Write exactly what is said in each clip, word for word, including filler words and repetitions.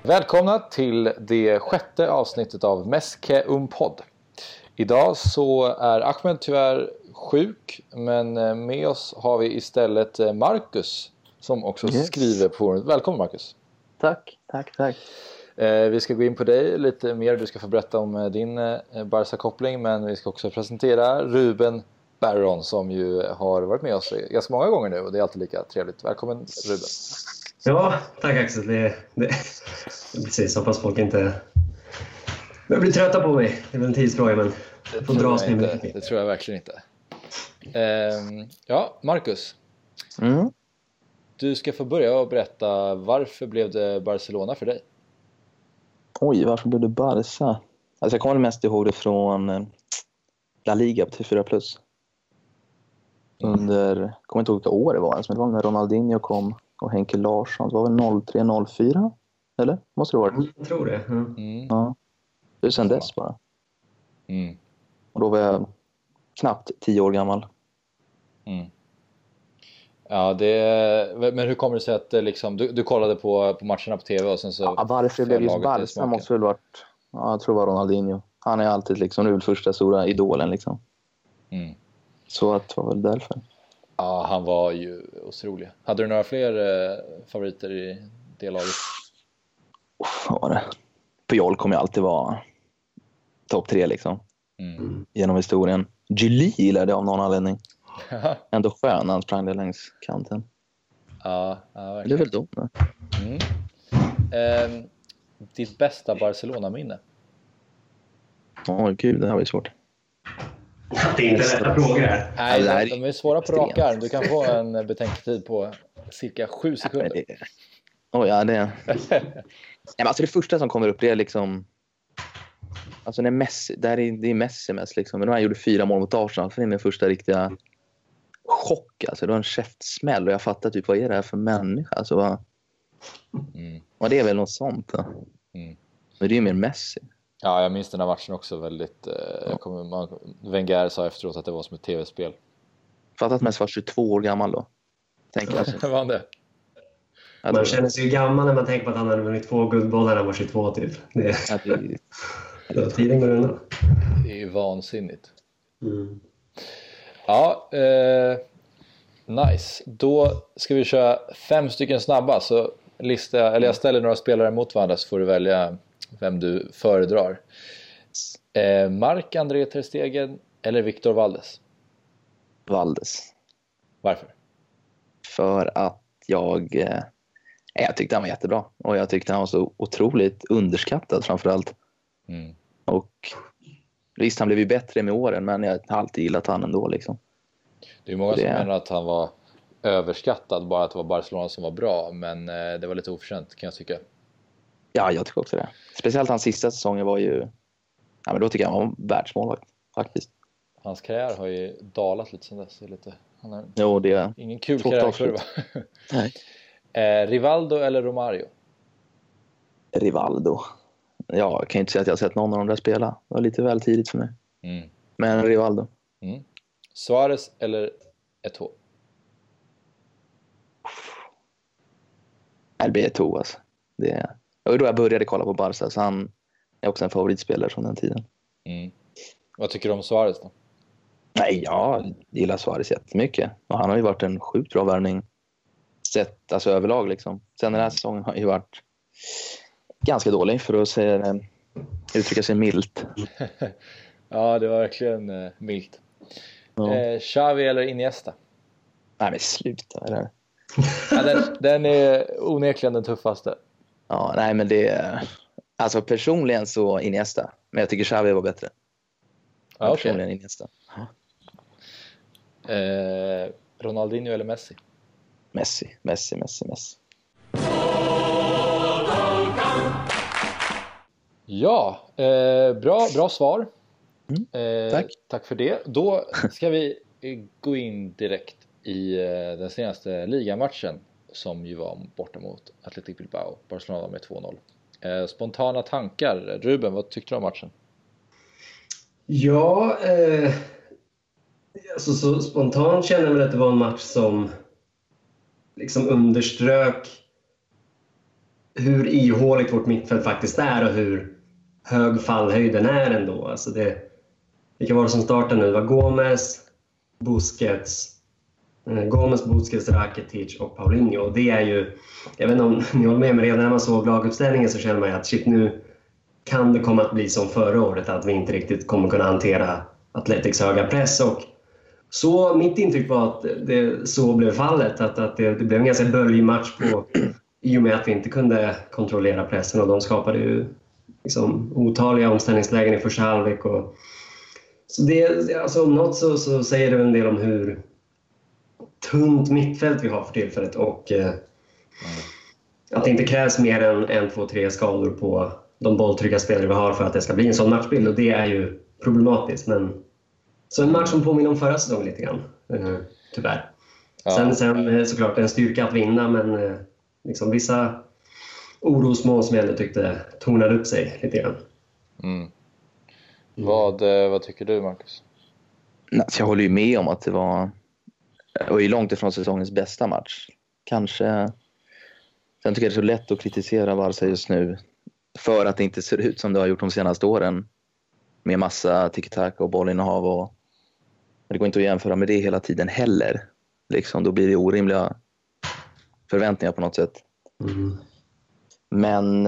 Välkomna till det sjätte avsnittet av Meske um podd. Idag så är Ahmed tyvärr sjuk, men med oss har vi istället Marcus som också yes. skriver på. Välkommen Marcus. Tack, tack, tack. Eh, vi ska gå in på dig lite mer. Du ska få berätta om din eh, Barca-koppling, men vi ska också presentera Ruben Barron som ju har varit med oss ganska många gånger nu och det är alltid lika trevligt. Välkommen Ruben. Ja, tack Axel. Det, det, precis, hoppas folk inte jag blir trötta på mig. Det är väl en tidsfråga, men det får dras med mig. Det tror jag verkligen inte. Eh, ja, Marcus. Mm. Du ska få börja och berätta, varför blev det Barcelona för dig? Oj, varför blev det Barca? Alltså jag kommer mest ihåg det från La Liga på T fyra plus. Under, jag kommer inte ihåg vilka år det var ens, men det var när Ronaldinho kom och Henke Larsson. Det var väl noll tre noll fyra? Eller? Måste det vara? Jag tror det. Mm. Mm. Ja. Det är sen dess bara. Mm. Och då var jag knappt tio år gammal. Mm. Ja, det, men hur kommer det sig att liksom, du, du kollade på, på matcherna på tv och sen så... Ja, varför det blev just Barca måste väl varit... Ja, jag tror det var Ronaldinho. Han är alltid liksom nu första stora idolen liksom. Mm. Så att det var väl därför. Ja, han var ju otrolig. Hade du några fler eh, favoriter i det laget? Vad var det? Puyol kommer ju alltid vara topp tre liksom. Mm. Genom historien. Gilly gillade det av någon anledning. Ändå skön när han sprang det längs kanten. Ja, ja verkligen. Det är väl dumt. Va? Mm. Eh, ditt bästa Barcelona-minne? Åh oh, gud, det här var ju svårt. Det är inte lätta frågor här. Nej, det här är de är svåra på rak arm. Du kan få en betänketid på cirka sju sekunder. Åh ja, oh, ja, det Nej, men alltså det första som kommer upp det är liksom... Alltså när Messi, det, här är, det är Messi mest liksom. Men då han gjorde fyra mål mot Arsenal. För det är min första riktiga chock. Alltså det var en käftsmäll. Och jag fattar typ, vad är det här för människa? Alltså vad... Mm. Och det är väl något sånt då. Mm. Men det är ju mer Messi. Ja, jag minns den här matchen också väldigt... Eh, ja. jag kommer, man, Wenger sa efteråt att det var som ett tv-spel. Fattar att Messi var tjugotvå år gammal då. Tänk alltså. Var han det? Man det... känner sig ju gammal när man tänker på att han hade vunnit två guldbollar när han var tjugotvå typ. Det... Ja, det... Då tiden går undan. Det är ju vansinnigt. Mm. Ja, eh, nice. Då ska vi köra fem stycken snabba. Så lista, eller jag ställer några spelare mot varandra så får du välja vem du föredrar. Eh, Marc-André ter Stegen eller Victor Valdes? Valdes. Varför? För att jag eh, jag tyckte han var jättebra. Och jag tyckte han var så otroligt underskattad framförallt. Mm. Och visst, han blev ju bättre med åren, men jag har alltid gillat han ändå liksom. Det är många det... som menar att han var överskattad, bara att det var Barcelona som var bra, men eh, det var lite oförtjänt kan jag tycka. Ja, jag tycker också det. Speciellt hans sista säsongen var ju... Ja, men då tycker jag han var världsmålvakt, faktiskt. Hans karriär har ju dalat lite sen dess. Lite. Han har jo, det är... ingen kul karriärkurva. Nej. eh, Rivaldo eller Romario? Rivaldo. Ja, jag kan inte säga att jag har sett någon av dem där spela. Det var lite väl tidigt för mig. Mm. Men Rivaldo. Mm. Suarez eller Eto'o? L B Eto'o alltså. Det var då jag började kolla på Barca, så han är också en favoritspelare från den tiden. Mm. Vad tycker du om Suarez då? Nej, jag gillar Suarez jättemycket. Och han har ju varit en sjukt bra värvning sett, alltså överlag liksom. Sen den här säsongen har ju varit ganska dålig, för att säga, uttrycka sig milt. Ja, det var verkligen eh, milt. Ja. Eh, Xavi eller Iniesta? Nej, men sluta. Eller? Ja, den, den är onekligen den tuffaste. Ja, nej, men det är... Alltså personligen så Iniesta. Men jag tycker Xavi var bättre. Ja, okay. Personligen Iniesta. Eh, Ronaldinho eller Messi? Messi, Messi, Messi, Messi. Ja, eh, bra, bra svar. Mm, eh, tack. Tack för det. Då ska vi gå in direkt i eh, den senaste ligamatchen som ju var borta mot Athletic Bilbao. Barcelona med två noll. Eh, spontana tankar. Ruben, vad tyckte du om matchen? Ja, eh, alltså, så spontant känner jag väl att det var en match som liksom underströk hur ihåligt vårt mittfält faktiskt är och hur hög fallhöjden är ändå. Alltså det, vilka var det som startade nu? Det var Gomes, Busquets, eh, Gomes, Busquets, Rakitic och Paulinho. Och det är ju, jag vet inte om ni håller med, men redan när man såg laguppställningen så känner man ju att shit, nu kan det komma att bli som förra året, att vi inte riktigt kommer kunna hantera Athletics höga press. Och så mitt intryck var att det så blev fallet, att, att det, det blev en ganska böljig match på, i och med att vi inte kunde kontrollera pressen, och de skapade ju liksom otaliga omställningslägen i första halvlek. Och så det, alltså om något så, så säger det en del om hur tunt mittfält vi har för tillfället, och eh, att det inte krävs mer än en, två, tre skador på de bolltrygga spelare vi har för att det ska bli en sån matchbild, och det är ju problematiskt. Men så en match som påminner om förra säsongen lite grann, eh, tyvärr. Ja. Sen, sen såklart en styrka att vinna, men eh, liksom vissa orosmål som jag ändå tyckte tonade upp sig lite grann. Mm. Vad, vad tycker du, Marcus? Jag håller ju med om att det var, och är långt ifrån säsongens bästa match. Kanske. Sen tycker jag det är så lätt att kritisera Barca just nu för att det inte ser ut som det har gjort de senaste åren, med massa tiki-taka och bollinnehav, och det går inte att jämföra med det hela tiden heller. Liksom, då blir det orimliga förväntningar på något sätt. Mm. Men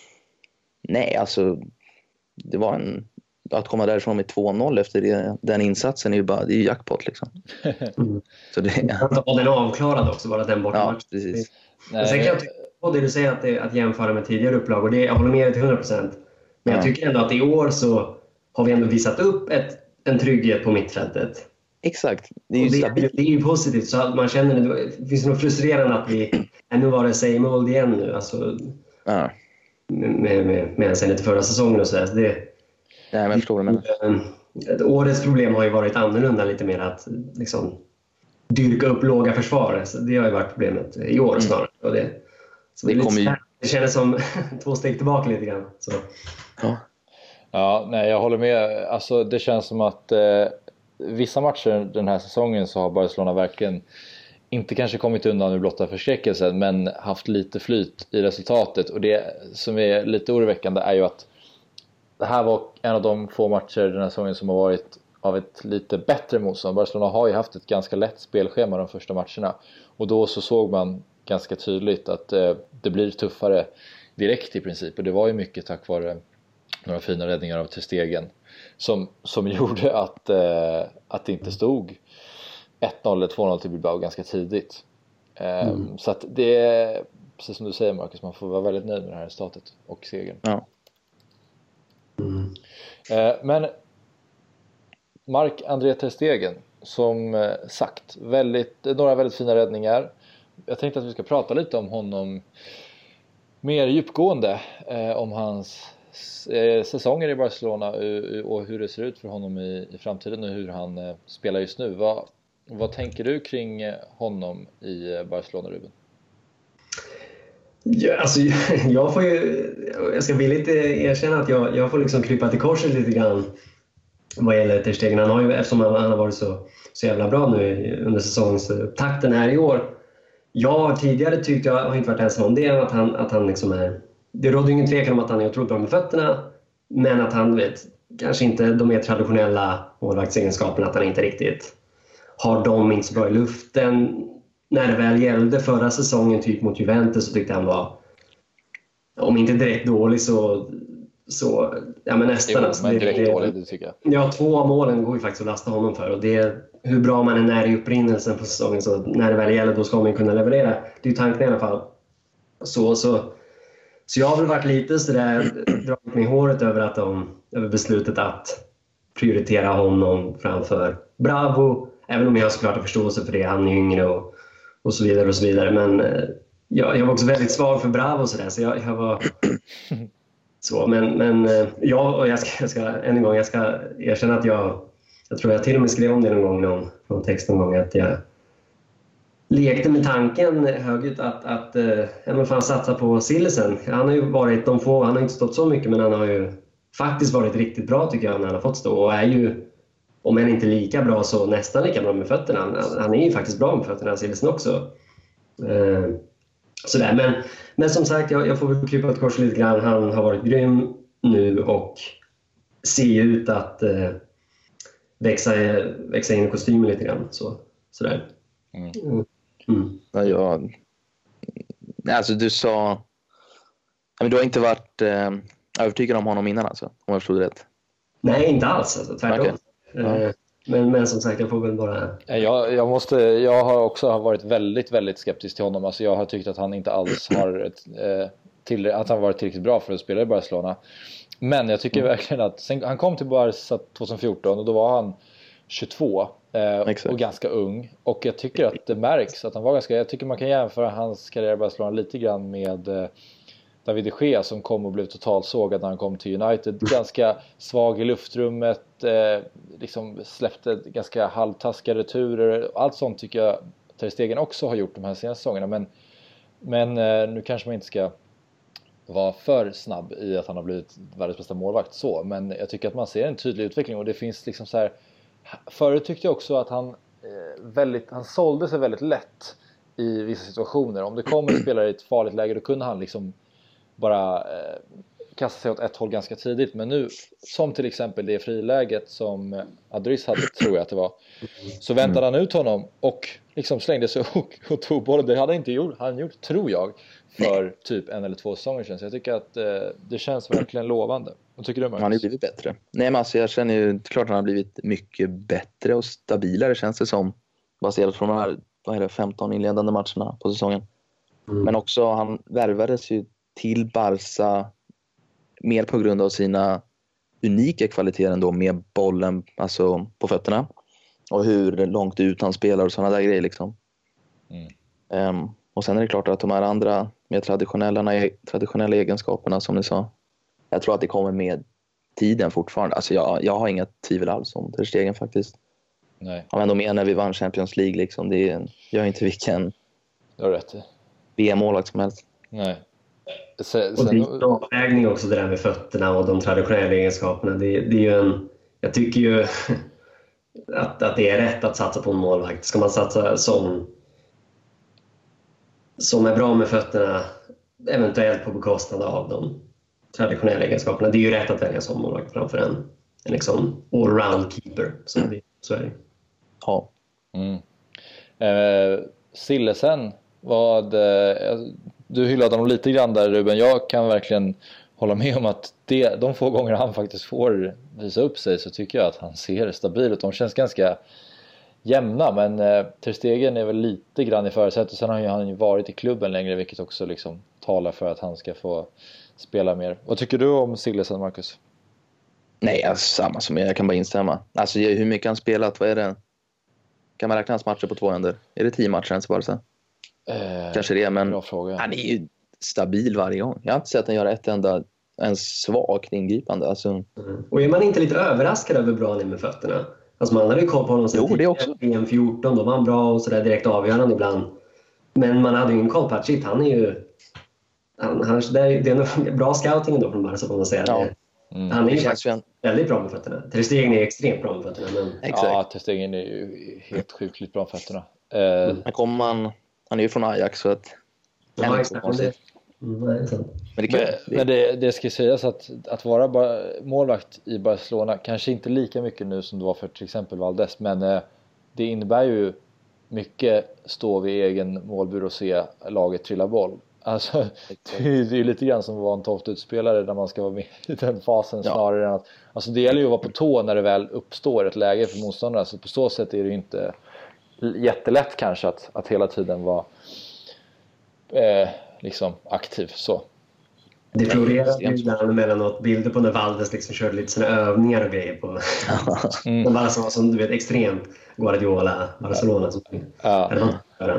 nej, alltså det var en, att komma därifrån med två noll efter det, den insatsen är ju bara, det är ju jackpot liksom. Mm. Så det och den är avklarad också, bara den borta ja, matchen. Precis. Men sen kan jag tycka på det du säger, att, det, att jämföra med tidigare upplag, och det, jag håller med dig till hundra procent. Men jag ja. tycker ändå att i år så har vi ändå visat upp ett, en trygghet på mittfältet. Exakt. Det är ju, det, det, det är ju positivt, så att man känner, det finns något frustrerande att vi ännu var det same old igen nu, alltså ja. med, med, med sen lite förra säsongen och så där. Så det, ja, jag förstår det, men årets problem har ju varit annorlunda, lite mer att liksom dyrka upp låga försvar. Så det har ju varit problemet i år snarare. Och det, så det, det, lite, ju... det känns som två steg tillbaka lite grann. Så. Ja. Ja, nej, jag håller med. Alltså, det känns som att eh, vissa matcher den här säsongen så har Barcelona verkligen inte kanske kommit undan med blotta förskräckelsen, men haft lite flyt i resultatet. Och det som är lite oroväckande är ju att det här var en av de få matcher den här säsongen som har varit av ett lite bättre motstånd. Barcelona har ju haft ett ganska lätt spelschema de första matcherna, och då så såg man ganska tydligt att eh, det blir tuffare direkt i princip, och det var ju mycket tack vare några fina räddningar av Ter Stegen som, som gjorde att, eh, att det inte stod ett noll eller två noll till Bilbao ganska tidigt. Eh, mm. Så att det är, precis som du säger, Marcus, man får vara väldigt nöjd med det här resultatet och segern. Ja. Mm. Eh, men Marc-André Ter Stegen, som eh, sagt, väldigt, några väldigt fina räddningar. Jag tänkte att vi ska prata lite om honom mer djupgående, eh, om hans eh, säsonger i Barcelona och, och hur det ser ut för honom i, i framtiden och hur han eh, spelar just nu. Vad, vad tänker du kring honom i Barcelona, Ruben? Ja, alltså, jag får ju, jag ska villigt erkänna att jag, jag får liksom krypa till korset lite grann vad gäller Ter Stegen. Han har ju, eftersom han, han har varit så, så jävla bra nu under säsongstakten här i år. Jag har tidigare tyckt, jag har inte varit ensam om det, att han, att han liksom är, det råder ingen tvekan om att han är otroligt bra med fötterna, men att han vet, kanske inte de mer traditionella målvaktsegenskaperna, att han inte riktigt har dem, inte så bra i luften. När det väl gällde förra säsongen typ mot Juventus, så tyckte han var, om inte direkt dålig så, så ja, men nästan. Jo, men direkt det, dålig, det tycker jag. Ja, två av målen går ju faktiskt att lasta honom för, och det, hur bra man än är i upprinnelsen på säsongen, så när det väl gäller då ska man kunna leverera. Det är ju tanken i alla fall. Så, så, så jag har väl varit lite sådär, dragit mig i håret över, att de, över beslutet att prioritera honom framför Bravo. Även om jag har såklart förståelse för det, han är yngre och, och så vidare och så vidare. Men eh, jag, jag var också väldigt svag för Bravo och sådär, så jag, jag var så. Men, men eh, jag, och jag ska, jag ska än en gång, jag ska erkänna att jag, jag tror jag till och med skrev om det någon gång, någon, någon text någon gång, att jag lekte med tanken högt att, att eh, ja, fan satsa på Sillesen. Han har ju varit, de få, han har inte stått så mycket, men han har ju faktiskt varit riktigt bra tycker jag när han har fått stå, och är ju, om än inte lika bra, så nästan lika bra med fötterna. Han, han är ju faktiskt bra med fötterna, Sillesen också. Eh, sådär. Men, men som sagt, jag, jag får väl krypa ett kors lite grann. Han har varit grym nu och ser ut att eh, växa, växa in i kostymen lite grann. Så, sådär. Mm. Mm. Mm. Ja, jag, alltså du sa... Men du har inte varit eh, övertygad om honom innan alltså, om jag förstod rätt? Nej, inte alls. Alltså, tvärtom. Okay. Eh, men, men som sagt, jag får väl bara... Jag, jag, måste, jag har också varit väldigt, väldigt skeptisk till honom. Alltså jag har tyckt att han inte alls har ett, eh, till, att han varit tillräckligt bra för att spela i Barcelona. Men jag tycker mm. verkligen att sen, han kom till Barca tjugohundrafjorton och då var han tjugotvå eh, och ganska ung. Och jag tycker att det märks att han var ganska... Jag tycker man kan jämföra hans karriär i Barcelona lite grann med... Eh, David de Gea som kom och blev totalt sågad när han kom till United. Ganska svag i luftrummet, eh, liksom släppte ganska halvtaskiga returer. Allt sånt tycker jag Ter Stegen också har gjort de här senaste säsongerna. Men, men eh, nu kanske man inte ska vara för snabb i att han har blivit världens bästa målvakt så. Men jag tycker att man ser en tydlig utveckling och det finns liksom så här... Förut tyckte jag också att han, eh, väldigt, han sålde sig väldigt lätt i vissa situationer. Om det kommer en spelare i ett farligt läge då kunde han liksom bara eh, kasta sig åt ett håll ganska tidigt. Men nu, som till exempel det friläget som Adris hade, tror jag att det var, så väntade han ut honom och liksom slängde sig och, och tog bollen. Det hade han inte gjort, han gjort, tror jag, för typ en eller två säsonger sedan. Så jag tycker att eh, det känns verkligen lovande. Vad tycker du, Marcus? Han har ju blivit bättre. Nej, men alltså jag känner ju klart att han har blivit mycket bättre och stabilare, känns det som, baserat från de här, vad är det, femton inledande matcherna på säsongen. Mm. Men också, han värvades ju till Barca mer på grund av sina unika kvaliteter då med bollen alltså på fötterna och hur långt ut han spelar och sådana där grejer liksom. Mm. Um, och sen är det klart att de här andra mer traditionella, traditionella egenskaperna som ni sa, jag tror att det kommer med tiden fortfarande. Alltså jag, jag har inga tvivel alls om Ter Stegen faktiskt. Nej. Han var ändå med när vi vann Champions League liksom. Det är, jag är inte vilken du har rätt i. V M-målvakt som helst. Nej. Sen, och det är en avvägning också, det där med fötterna och de traditionella egenskaperna. Det, det är ju en, jag tycker ju att, att det är rätt att satsa på en målvakt. Ska man satsa som, som är bra med fötterna, eventuellt på bekostnad av de traditionella egenskaperna, det är ju rätt att välja som målvakt framför en, en liksom all-round keeper. Så, det, så är det. Ja. Mm. Eh, Sillesen, vad... Eh, du hyllade honom lite grann där, Ruben. Jag kan verkligen hålla med om att det, de få gånger han faktiskt får visa upp sig så tycker jag att han ser stabil ut. De känns ganska jämna, men eh, Ter Stegen är väl lite grann i förutsättning. Sen har ju han ju varit i klubben längre, vilket också liksom talar för att han ska få spela mer. Vad tycker du om Sillesen, Marcus? Nej, alltså, samma som jag. Jag kan bara instämma. Alltså hur mycket han spelat, vad är det? Kan man räkna hans matcher på två händer? Är det tio matcher ens bara så? Eh, Kanske det, men han är ju stabil varje gång. Jag har inte sett att han gör ett enda en svagt ingripande. Alltså... Mm. Och är man inte lite överraskad över bra med fötterna? Alltså man hade ju koll på honom jo, det också. E M fjorton, då var han bra och sådär direkt avgörande ibland. Men man hade ju en koll på att shit, han är ju... Han, han, det är, det är en bra scouting då från Barca, får man säga. Ja. Mm. Han är ju faktiskt en... väldigt bra med fötterna. Ter Stegen är extremt bra med fötterna. Men... Exakt. Ja, Ter Stegen är ju helt sjukligt bra med fötterna. Mm. Men kommer man... Han är ju från Ajax så att... Ja, exakt. Det... Mm, nej, det men det, men det, det ska sägas att, att vara bara målvakt i Barcelona kanske inte lika mycket nu som det var för till exempel Valdes, men eh, det innebär ju mycket stå vid egen målbur och se laget trilla boll. Alltså, det är ju lite grann som att vara en tofft utspelare när man ska vara med i den fasen, ja. Snarare än att, alltså det gäller ju att vara på tå när det väl uppstår ett läge för motståndare, så på så sätt är det ju inte jättelätt kanske att, att hela tiden vara eh, liksom aktiv så. Det florerar ju ibland emellanåt bilder på när Valdes liksom körde lite sina övningar och grejer på. Mm. De bara som, som du vet, extremt Guardiola, Barcelona. Som, ja. Ja.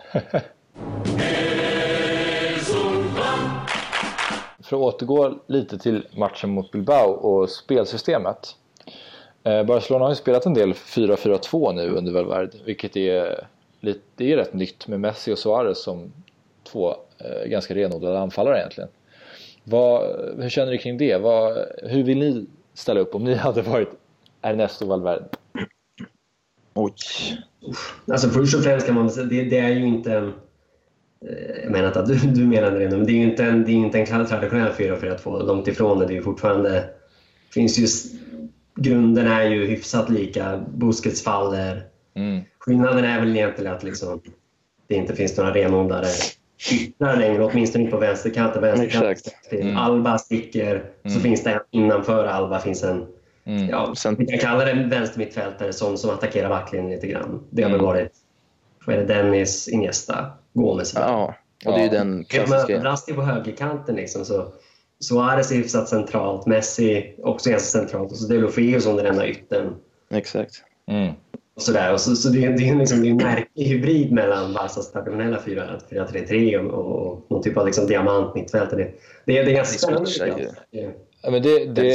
För att återgå lite till matchen mot Bilbao och spelsystemet. Eh, Barcelona har ju spelat en del fyra fyra två nu under Valverde, vilket är, lite, det är rätt nytt med Messi och Suarez som två eh, ganska renodlade anfallare egentligen. Vad, hur känner ni kring det? Vad, hur vill ni ställa upp om ni hade varit Ernesto Valverde? Oj. Alltså först och främst kan man säga, det, det är ju inte en, Jag menar inte att du, du menade det, men det är ju inte en, det är inte en traditionell fyra fyra två, långt ifrån det. Det är ju fortfarande, finns ju, grunderna är ju hyfsat lika, Busquets faller. Mm. Skillnaden är väl egentligen att liksom, det inte finns några renodlade yttrar längre, åtminstone inte på vänsterkanten. Vänsterkanten mm. Alba sticker, mm. så finns det en innanför Alba finns en, mm. ja, vi kan kalla det vänstermittfältare som, som attackerar backlinjen lite grann. Det har väl varit, vad är det, Dennis, Iniesta, Gomes. Ja, och det är ju den klassiska. Rasti på högerkanten liksom, så Suarez är hyfsat centralt, Messi också ganska centralt, och så Deulofeu som den enda yttern. Exakt. Mm. Och sådär. Och så, så det, det är liksom, det är en märklig hybrid mellan Barças traditionella fyra tre tre och, och någon typ av liksom diamant mittfält. Det, det, det är ganska spännande. Ja, men det, det...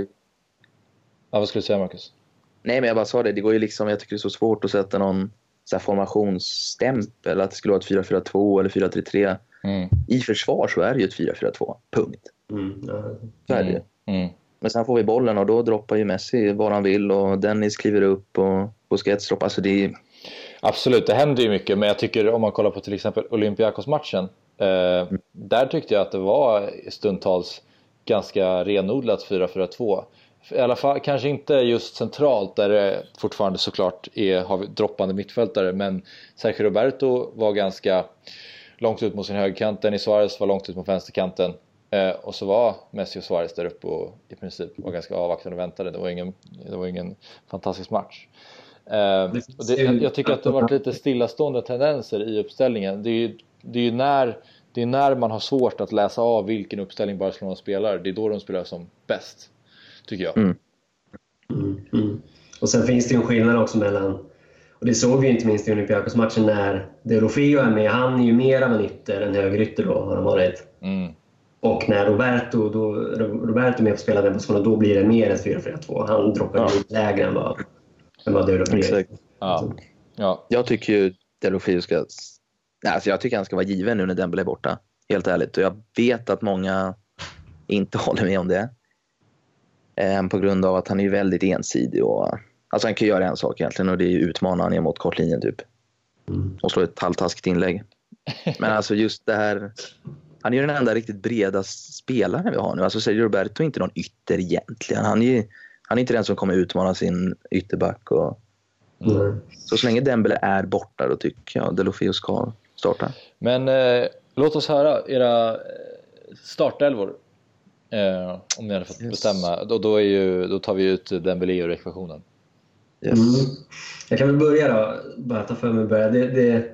Ja, vad skulle du säga, Marcus? Nej, men jag bara sa det. Det går ju liksom, jag tycker det är så svårt att sätta någon så här formationsstämpel, att det skulle vara ett fyra fyra två eller fyra tre tre. Mm. I försvar så är det ju ett fyra fyra två. Punkt. Mm. Ja. Så är det ju. Mm. Men sen får vi bollen och då droppar ju Messi vad han vill och Dennis kliver upp och Busquets droppar. Alltså det är... Absolut, det händer ju mycket, men jag tycker om man kollar på till exempel Olympiakos-matchen, eh, mm. där tyckte jag att det var stundtals ganska renodlat fyra fyra två. I alla fall kanske inte just centralt där det fortfarande såklart är, har vi droppande mittfältare, men Sergio Roberto var ganska långt ut mot sin högerkant, Denis Suarez var långt ut mot vänsterkanten. Eh, och så var Messi och Suarez där uppe och i princip var ganska avvaktande och väntade. Det var ingen, det var ingen fantastisk match. Eh, och det, jag, jag tycker att det har varit lite stillastående tendenser i uppställningen. Det är ju, det är ju när, det är när man har svårt att läsa av vilken uppställning Barcelona spelar. Det är då de spelar som bäst, tycker jag. Mm. Mm, mm. Och sen finns det ju en skillnad också mellan, och det såg vi inte minst i Olympiakos-matchen när Deulofeu är med. Han är ju mer av en ytter än högerytter då, har han varit. Mm. Och när Roberto, då, Roberto är med och spelar den positionen, då blir det mer än fyra fyra två. Han droppar ja. lite lägre än vad, än vad Deulofeu. Ja. Ja. Jag tycker ju Deulofeu ska... Alltså jag tycker han ska vara given nu när Dembélé är borta. Helt ärligt. Och jag vet att många inte håller med om det. Eh, på grund av att han är väldigt ensidig. Och, alltså han kan göra en sak egentligen, och det är utmana han mot kortlinjen typ. Mm. Och slå ett halvtaskigt inlägg. Men alltså just det här... Han är ju den enda riktigt breda spelaren vi har nu. Alltså Sergio Roberto är inte någon ytter egentligen. Han är, han är inte den som kommer utmana sin ytterback. Och... Mm. Så så länge Dembélé är borta, då tycker jag Deulofeu ska starta. Men eh, låt oss höra era startelvor. Eh, om ni hade fått yes. bestämma. Då, då, är ju, då tar vi ut Dembélé ur ekvationen. Yes. Mm. Jag kan väl börja då. Bara ta för mig börja. Det... det...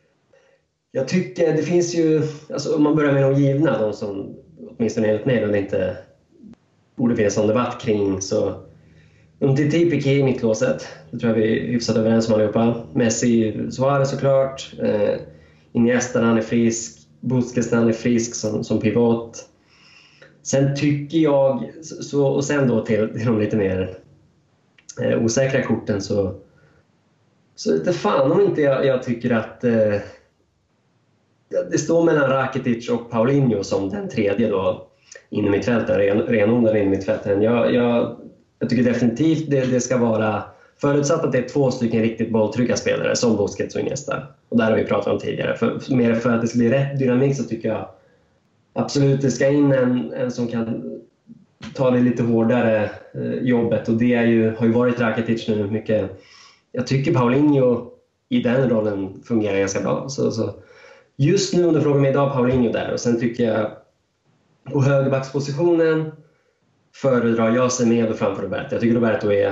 Jag tycker det finns ju, alltså om man börjar med de givna, de som åtminstone enligt mig det inte borde finnas en debatt kring, så Umtiti, Piqué i mittlåset, det tror jag vi är hyfsat överens om allihopa. Messi, Suarez såklart, eh, Iniesta när han är frisk, Busquets när han är frisk som, som pivot. Sen tycker jag, så, och sen då till, till de lite mer eh, osäkra korten, så så det fan om inte jag, jag tycker att eh, det står mellan Rakitic och Paulinho som den tredje då in i mittfältaren, ren, renodlad in i mittfältaren. Jag, jag, jag tycker definitivt det, det ska vara förutsatt att det är två stycken riktigt bolltrygga spelare som Busquets och Iniesta. Och där har vi pratat om tidigare. För, mer för att det ska bli rätt dynamik så tycker jag absolut det ska in en, en som kan ta det lite hårdare eh, jobbet. Och det är ju, har ju varit Rakitic nu mycket. Jag tycker Paulinho i den rollen fungerar ganska bra. Så, så just nu under frågan mig idag Paulinho där, och sen tycker jag på högerbackspositionen föredrar jag Semedo framför Roberto. Jag tycker Roberto är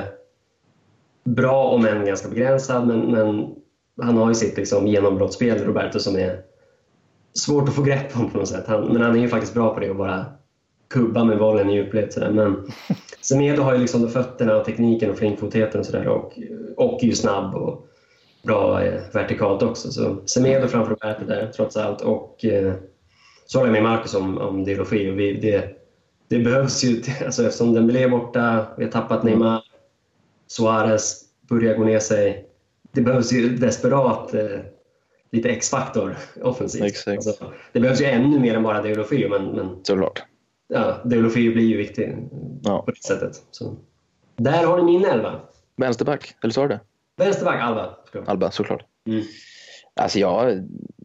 bra om än ganska begränsad, men, men han har ju sitt liksom genombrottsspel, Roberto, som är svårt att få grepp om på något sätt. Han, men han är ju faktiskt bra på det, att bara kubba med bollen i djupled sådär. Men Semedo har ju liksom fötterna och tekniken och flinkfotheten och sådär, och, och är ju snabb och bra eh, vertikalt också. Så Semedo framför Roberto där trots allt. Och eh, så håller jag med Marcus om, om Deulofeu. Vi, det, det behövs ju, alltså, eftersom den blev borta, vi har tappat Neymar, Suarez börjar gå ner sig. Det behövs ju desperat eh, lite X-faktor offensivt. Alltså, det behövs ju ännu mer än bara Deulofeu, men, men såklart. Ja, Deulofeu blir ju viktig ja. på det sättet. Så. Där har ni min elva. Vänsterback, eller så är det? Vänsterback, Alba. Alba, såklart. Mm. Alltså jag,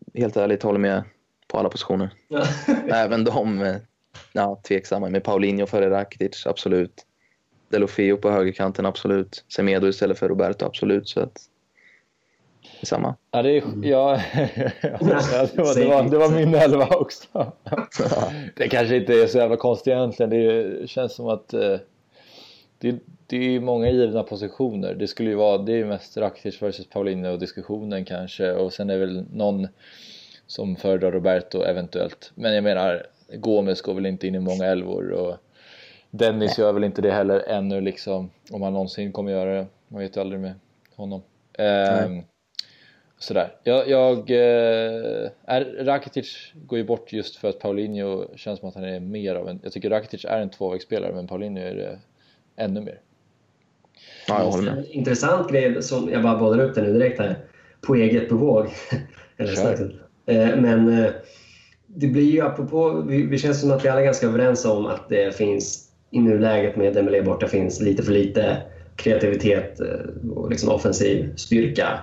helt ärligt håller med på alla positioner. Ja. Även de eh, ja, tveksamma. Med Paulinho före Rakitic, absolut. Delofeo på högerkanten, absolut. Semedo istället för Roberto, absolut. Så att det är samma. Ja, det, är, ja, ja, det, var, det, var, det var min elva också. Det kanske inte är så jävla konstigt egentligen. Det känns som att eh, det, det är många givna positioner. Det skulle ju vara, det är mest Rakitic versus Paulinho och diskussionen kanske. Och sen är väl någon som föredrar Roberto eventuellt. Men jag menar, Gomes går väl inte in i många elvor. Och Dennis gör väl inte det heller ännu liksom. Om han någonsin kommer göra det. Man vet ju aldrig med honom. Ehm, sådär. Jag, jag eh, är, Rakitic går ju bort just för att Paulinho känns som att han är mer av en. Jag tycker Rakitic är en tvåvägsspelare, men Paulinho är det ännu mer. Ja, jag håller med. En intressant grej som jag bara bollar upp det nu direkt här. På eget bevåg. Eller snart. Eh, men eh, det blir ju apropå, vi, vi känns som att vi alla är ganska överens om att det finns i nuläget med Dembélé borta finns lite för lite kreativitet och liksom offensiv styrka.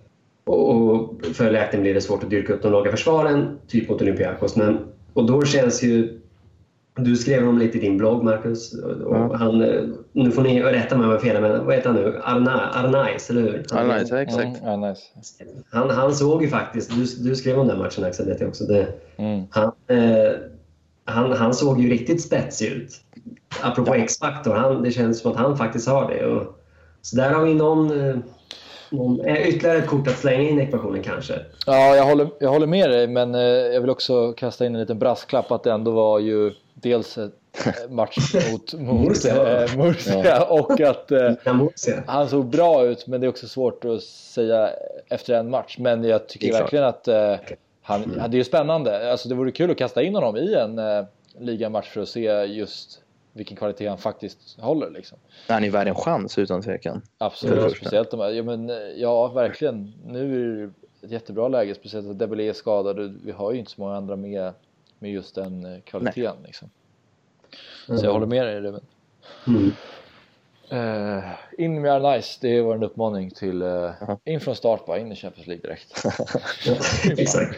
Och följaktligen blir det svårt att dyrka upp de låga försvaren, typ mot Olympiakos. Men, och då känns ju, du skrev om lite i din blogg, Marcus, och ja. han, nu får ni rätta mig om jag fel, men vad heter han nu? Arna, Arnaiz, eller hur? Arnaiz, exakt. Mm, nice. han, han såg ju faktiskt, du, du skrev om den matchen också, vet jag också. Det, Mm. han, eh, han, han såg ju riktigt spetsig ut. Apropå ja. X-faktor, han, det känns som att han faktiskt har det. Och, så där har vi någon, eh, någon eh, ytterligare ett kort att slänga in i ekvationen kanske. Ja, jag håller, jag håller med dig, men eh, jag vill också kasta in en liten brasklapp att det ändå var ju dels ett match mot, mot Murcia, eh, Murcia ja. Och att eh, han såg bra ut, men det är också svårt att säga efter en match. Men jag tycker verkligen att eh, han, mm. det är ju spännande. Alltså, det vore kul att kasta in honom i en eh, ligamatch för att se just vilken kvalitet han faktiskt håller liksom. Han är värd en chans utan tvekan. Absolut, speciellt de här. Ja, men, ja, verkligen. Nu är det ett jättebra läge, speciellt att Dembélé är skadad. Vi har ju inte så många andra med, med just den kvaliteten liksom. Så mm. jag håller med dig, Ruben. Mm. Uh, in med Arnaiz, det var en uppmaning till uh, uh-huh. in från start, bara in i Champions League direkt. Exakt.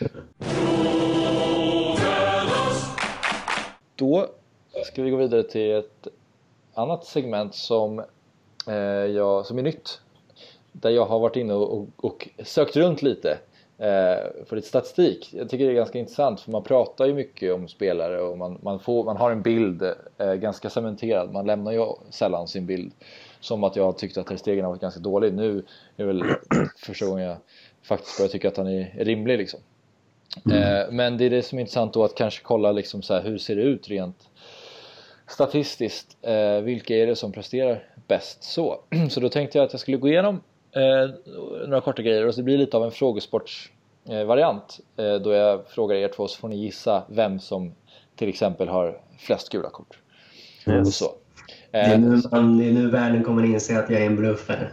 Då ska vi gå vidare till ett annat segment som, eh, jag, som är nytt. Där jag har varit inne och, och, och sökt runt lite eh, för lite statistik. Jag tycker det är ganska intressant, för man pratar ju mycket om spelare och man, man, får, man har en bild eh, ganska cementerad. Man lämnar ju sällan sin bild som att jag tyckte att Ter Stegen har varit ganska dålig. Nu är det väl första gången jag faktiskt börjar tycka att han är rimlig liksom. Mm. Eh, men det är det som är intressant då, att kanske kolla liksom så här, hur ser det ut rent statistiskt, eh, vilka är det som presterar bäst så. Så då tänkte jag att jag skulle gå igenom eh, några korta grejer, och så blir det lite av en frågesportsvariant eh, eh, då jag frågar er två, så får ni gissa vem som till exempel har flest gula kort. Yes. Så. Det är, nu, man, det är nu världen kommer inse att jag är en bluffare.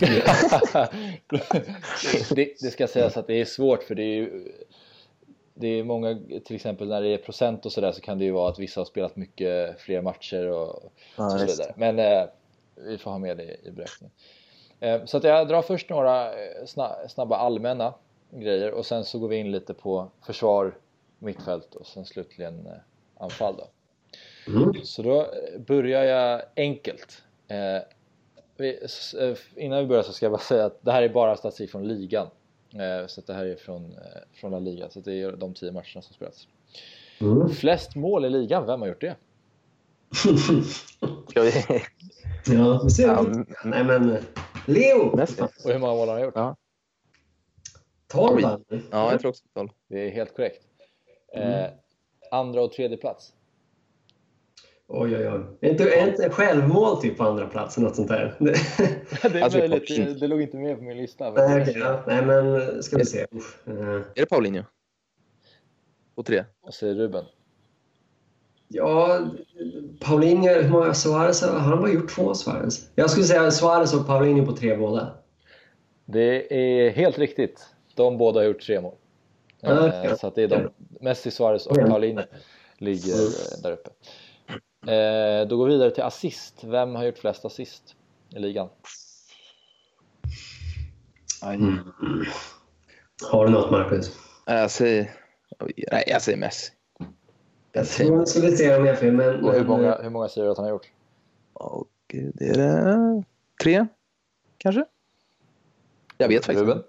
det, det ska sägas att det är svårt, för det är ju, det är många, till exempel när det är procent och sådär, så kan det ju vara att vissa har spelat mycket fler matcher och, ja, så vidare. Men eh, vi får ha med det i beräkningen. Eh, så att jag drar först några snabba allmänna grejer, och sen så går vi in lite på försvar, mittfält och sen slutligen eh, anfall då. Mm. Så då börjar jag enkelt. Eh, vi, innan vi börjar så ska jag bara säga att det här är bara statistik från ligan. Eh, så att det här är från, eh, från La Liga. Så att det är de tio matcherna som spelats. Mm. Flest mål i ligan, vem har gjort det? Ja, vi ser. Ja, nej men Leo! Nästan. Och hur många mål har han gjort? Ja. tolv. Ja, jag tror också tolv. Det är helt korrekt. Eh, mm. Andra och tredje plats. Oj, oj, oj. Är inte, är inte självmål typ på andra platsen, något sånt där? det, är alltså, möjligt, det, det låg inte med på min lista. Men nej, okay, ja. nej, men ska vi se. Uh. Är det Paulinho? På tre? Vad säger Ruben? Ja, Paulinho, hur många Suarez har han bara gjort två Suarez? Jag skulle säga Suarez och Paulinho på tre båda. Det är helt riktigt. De båda har gjort tre mål. Uh, okay. Så att det är de. Messi, Suarez och Paulinho ligger mm. där uppe. Eh, då går vi vidare till assist. Vem har gjort flest assist i ligan? Mm. Har du något, Marcus? Jag säger, nej, jag säger Messi. Jag tror jag skulle se om jag fel, men... Och hur men- många, hur många säger du att han har gjort? Och det är det tre, kanske? Jag vet faktiskt Ruben? inte.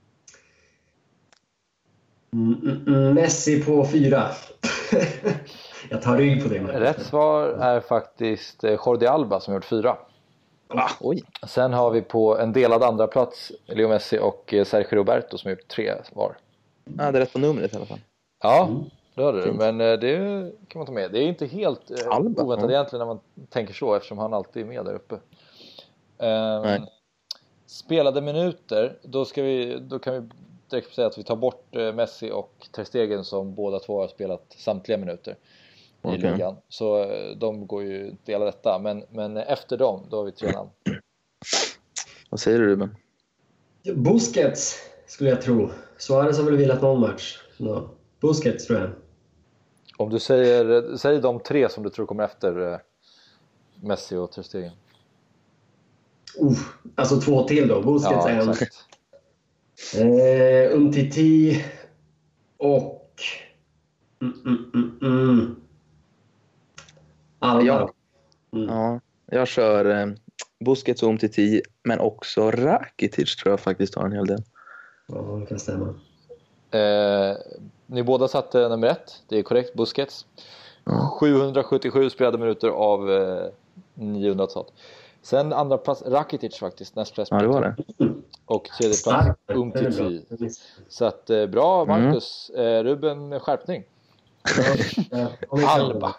Mm, mm, mm, Messi på fyra. Jag tar rygg på det. Men. Rätt svar är faktiskt eh, Jordi Alba som har gjort fyra. Ah, oj. Sen har vi på en delad andra plats Leo Messi och eh, Sergio Roberto som har gjort tre var. Jag hade rätt på numret i alla fall. Ja, Mm. det hade du. Fint. Men eh, det kan man ta med. Det är inte helt eh, Alba, oväntat ja. egentligen när man tänker så, eftersom han alltid är med där uppe. Ehm, Nej. spelade minuter, då, ska vi, då kan vi direkt säga att vi tar bort eh, Messi och Ter Stegen som båda två har spelat samtliga minuter i Okej. ligan. Så eh, de går ju inte dela detta. Men, men efter dem, då har vi tre namn. Vad säger du, Ruben? Busquets skulle jag tro. Suarez har väl vilat någon match. No. Busquets tror jag. Om du säger, säger de tre som du tror kommer efter eh, Messi och Ter Stegen. Uh, alltså två till då. Busquets Ja, är en. exakt. Eh, Umtiti och... Mm, mm, mm, mm. Alba. Ja. Mm. Ja, jag kör eh, Busquets och Umtiti, men också Rakitic tror jag faktiskt har en hel del. Ja, det kan stämma. Eh, ni båda satte nummer ett. Det är korrekt, Busquets. sjuhundrasjuttiosju spelade minuter av eh, niohundra totalt. Sen andra plats Rakitic faktiskt, näst flest Ja, det var minuter. det. Och tredje plats Starkt. Det är Umtiti. bra. Så att eh, bra Marcus. Eh, Ruben, skärpning. Ja, om vi kan- Alba.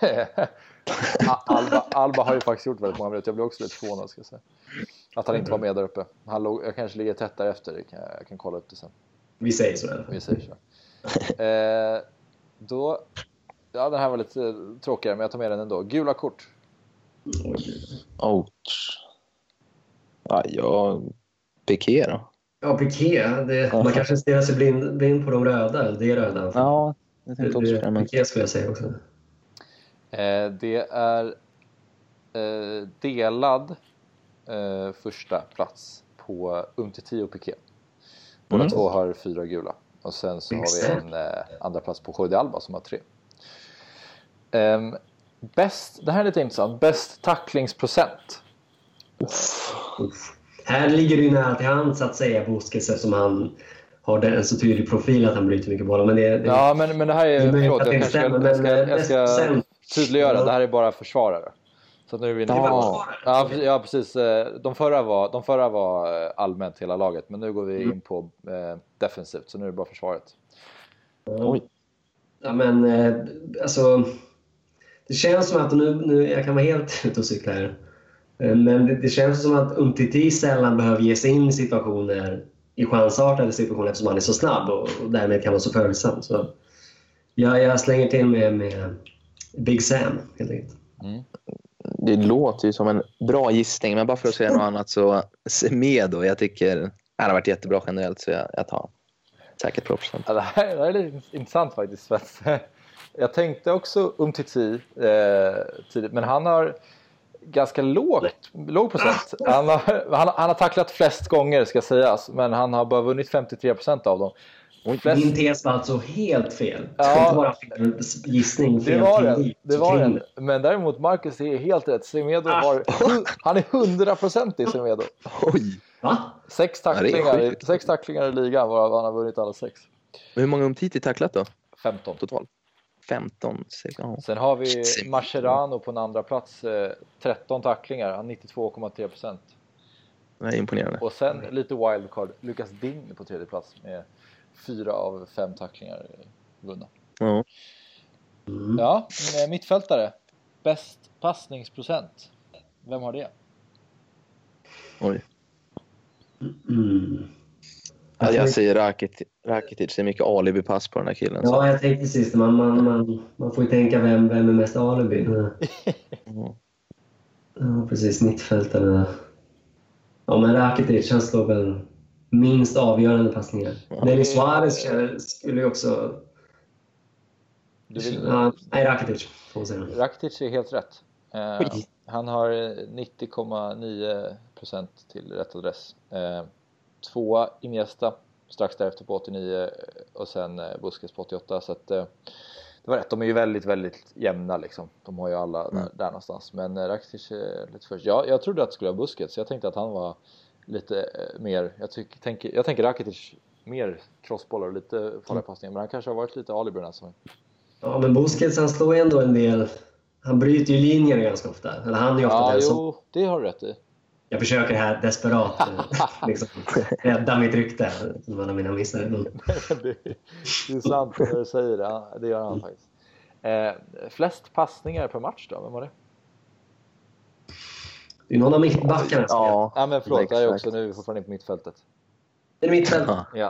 Alba. Alba har ju faktiskt gjort väldigt många minuter. Jag blir också lite förvånad, ska jag säga. Att han inte var med där uppe. Han låg, jag kanske ligger tätt där efter. Det kan jag, jag kan kolla upp det sen. Vi säger så i alla fall. Vi säger så. Eh, då... Ja, den här var lite tråkigare, men jag tar med den ändå. Gula kort. Ouch. Ja, jag... Piqué då? Ja, Piqué. Det, man kanske stirrar sig blind, blind på de röda. Det är röda. Ja, jag det, tänkte också på det. det, Men... Piqué skulle jag säga också. Eh, det är eh, delad eh, första plats på Umtiti och Piqué. Båda Mm. två har fyra gula. Och sen så har vi en eh, andra plats på Jordi Alba som har tre. Um, bäst, det här är lite intressant. Bäst tacklingsprocent. Uff. Här ligger det ju nära till hands att säga Busquets eftersom han har en så tydlig profil att han bryter mycket bollar. Men det, det, Ja, men, men det här är... det är möjligt Förlåt, att det jag, inte kanske, stämmer, jag, ska, men, jag ska bäst procent- tydliggöra. Ja. Det här är bara försvarare. Så att nu är vi inne Ja. på... Ja, precis, ja, precis. De förra var, de förra var allmänt hela laget. Men nu går vi in på eh, defensivt. Så nu är det bara försvaret. Oj. Ja, men eh, alltså... Det känns som att, nu, nu jag kan vara helt ute och cykla här, eh, men det, det känns som att Umtiti sällan behöver ge sig in i situationer, i chansartade situationer eftersom han är så snabb och, och därmed kan vara så följsam. Så jag, jag slänger till med, med Big Sam helt enkelt. Mm. Det låter ju som en bra gissning, men bara för att säga något annat så Semedo, jag tycker han har varit jättebra generellt, så jag, jag tar säkert på procent. Ja, det, här, det här är lite intressant faktiskt. För att, jag tänkte också Umtiti eh, tidigt, men han har ganska lågt, låg procent. Han har, han, han har tacklat flest gånger, ska sägas, men han har bara vunnit femtiotre procent av dem. Flest, Min tes var alltså helt fel. Ja. Det ska inte bara en gissning. det Fel var den, teori. det var den. Men däremot Marcus är helt rätt. Semedo har, han är hundra procent i Semedo. Oj! Va? Sex Ja, det är tacklingar, i- sjukt. sex tacklingar i ligan, varav han har vunnit alla sex. Men hur många Umtiti tacklat då? femton. Totalt? femton? sex, ja. Sen har vi Semedo. Mascherano på en andra plats, eh, tretton tacklingar, han nittiotvå komma tre procent. Det är imponerande. Och sen lite wildcard, Lucas Digne på tredje plats med fyra av fem tacklingar vunna. Ja. Mm. Ja, eh, mittfältare. Bäst passningsprocent. Vem har det? Oj. Mm. Ja, jag säger Rakitic. Rakitic, det är mycket alibi-pass på den här killen. Så. Ja, jag tänkte precis det. Man, man, man, man får ju tänka vem, vem är mest alibi. Mm. Ja, precis. Mittfältare. Ja, men Rakitic, han slår väl minst avgörande passningar. Ja. Denis Suarez skulle ju också... Du vill... Ja, nej, Rakitic får man säga. Rakitic är helt rätt. Eh, Oj. han har nittio komma nio procent till rätt adress. Eh, tvåa Iniesta strax därefter på åttionio och sen Busquets på åttioåtta, så att det var rätt. De är ju väldigt, väldigt jämna liksom. De har ju alla där, mm. där någonstans. Men Rakitic är lite först. Jag, jag trodde att det skulle vara Busquets. Jag tänkte att han var lite mer... Jag, tyck, tänk, jag tänker Rakitic mer crossbollar och lite farliga mm. passningar. Men han kanske har varit lite alibi den här säsongen. Ja, men Busquets, han slår ändå en del... Han bryter ju linjer ganska ofta. Eller han är ju ofta ja, den jo, som... det har du rätt i. Jag försöker här desperat liksom, rädda mitt rykte som alla mina missar. det, det är sant när du säger det. Det gör han faktiskt. Eh, flest passningar per match då? Vem var det? Det är någon av mittbackarna. Ja, ja men förlåt. Jag är också nu fortfarande på mittfältet. Är det mittfältet? Ja.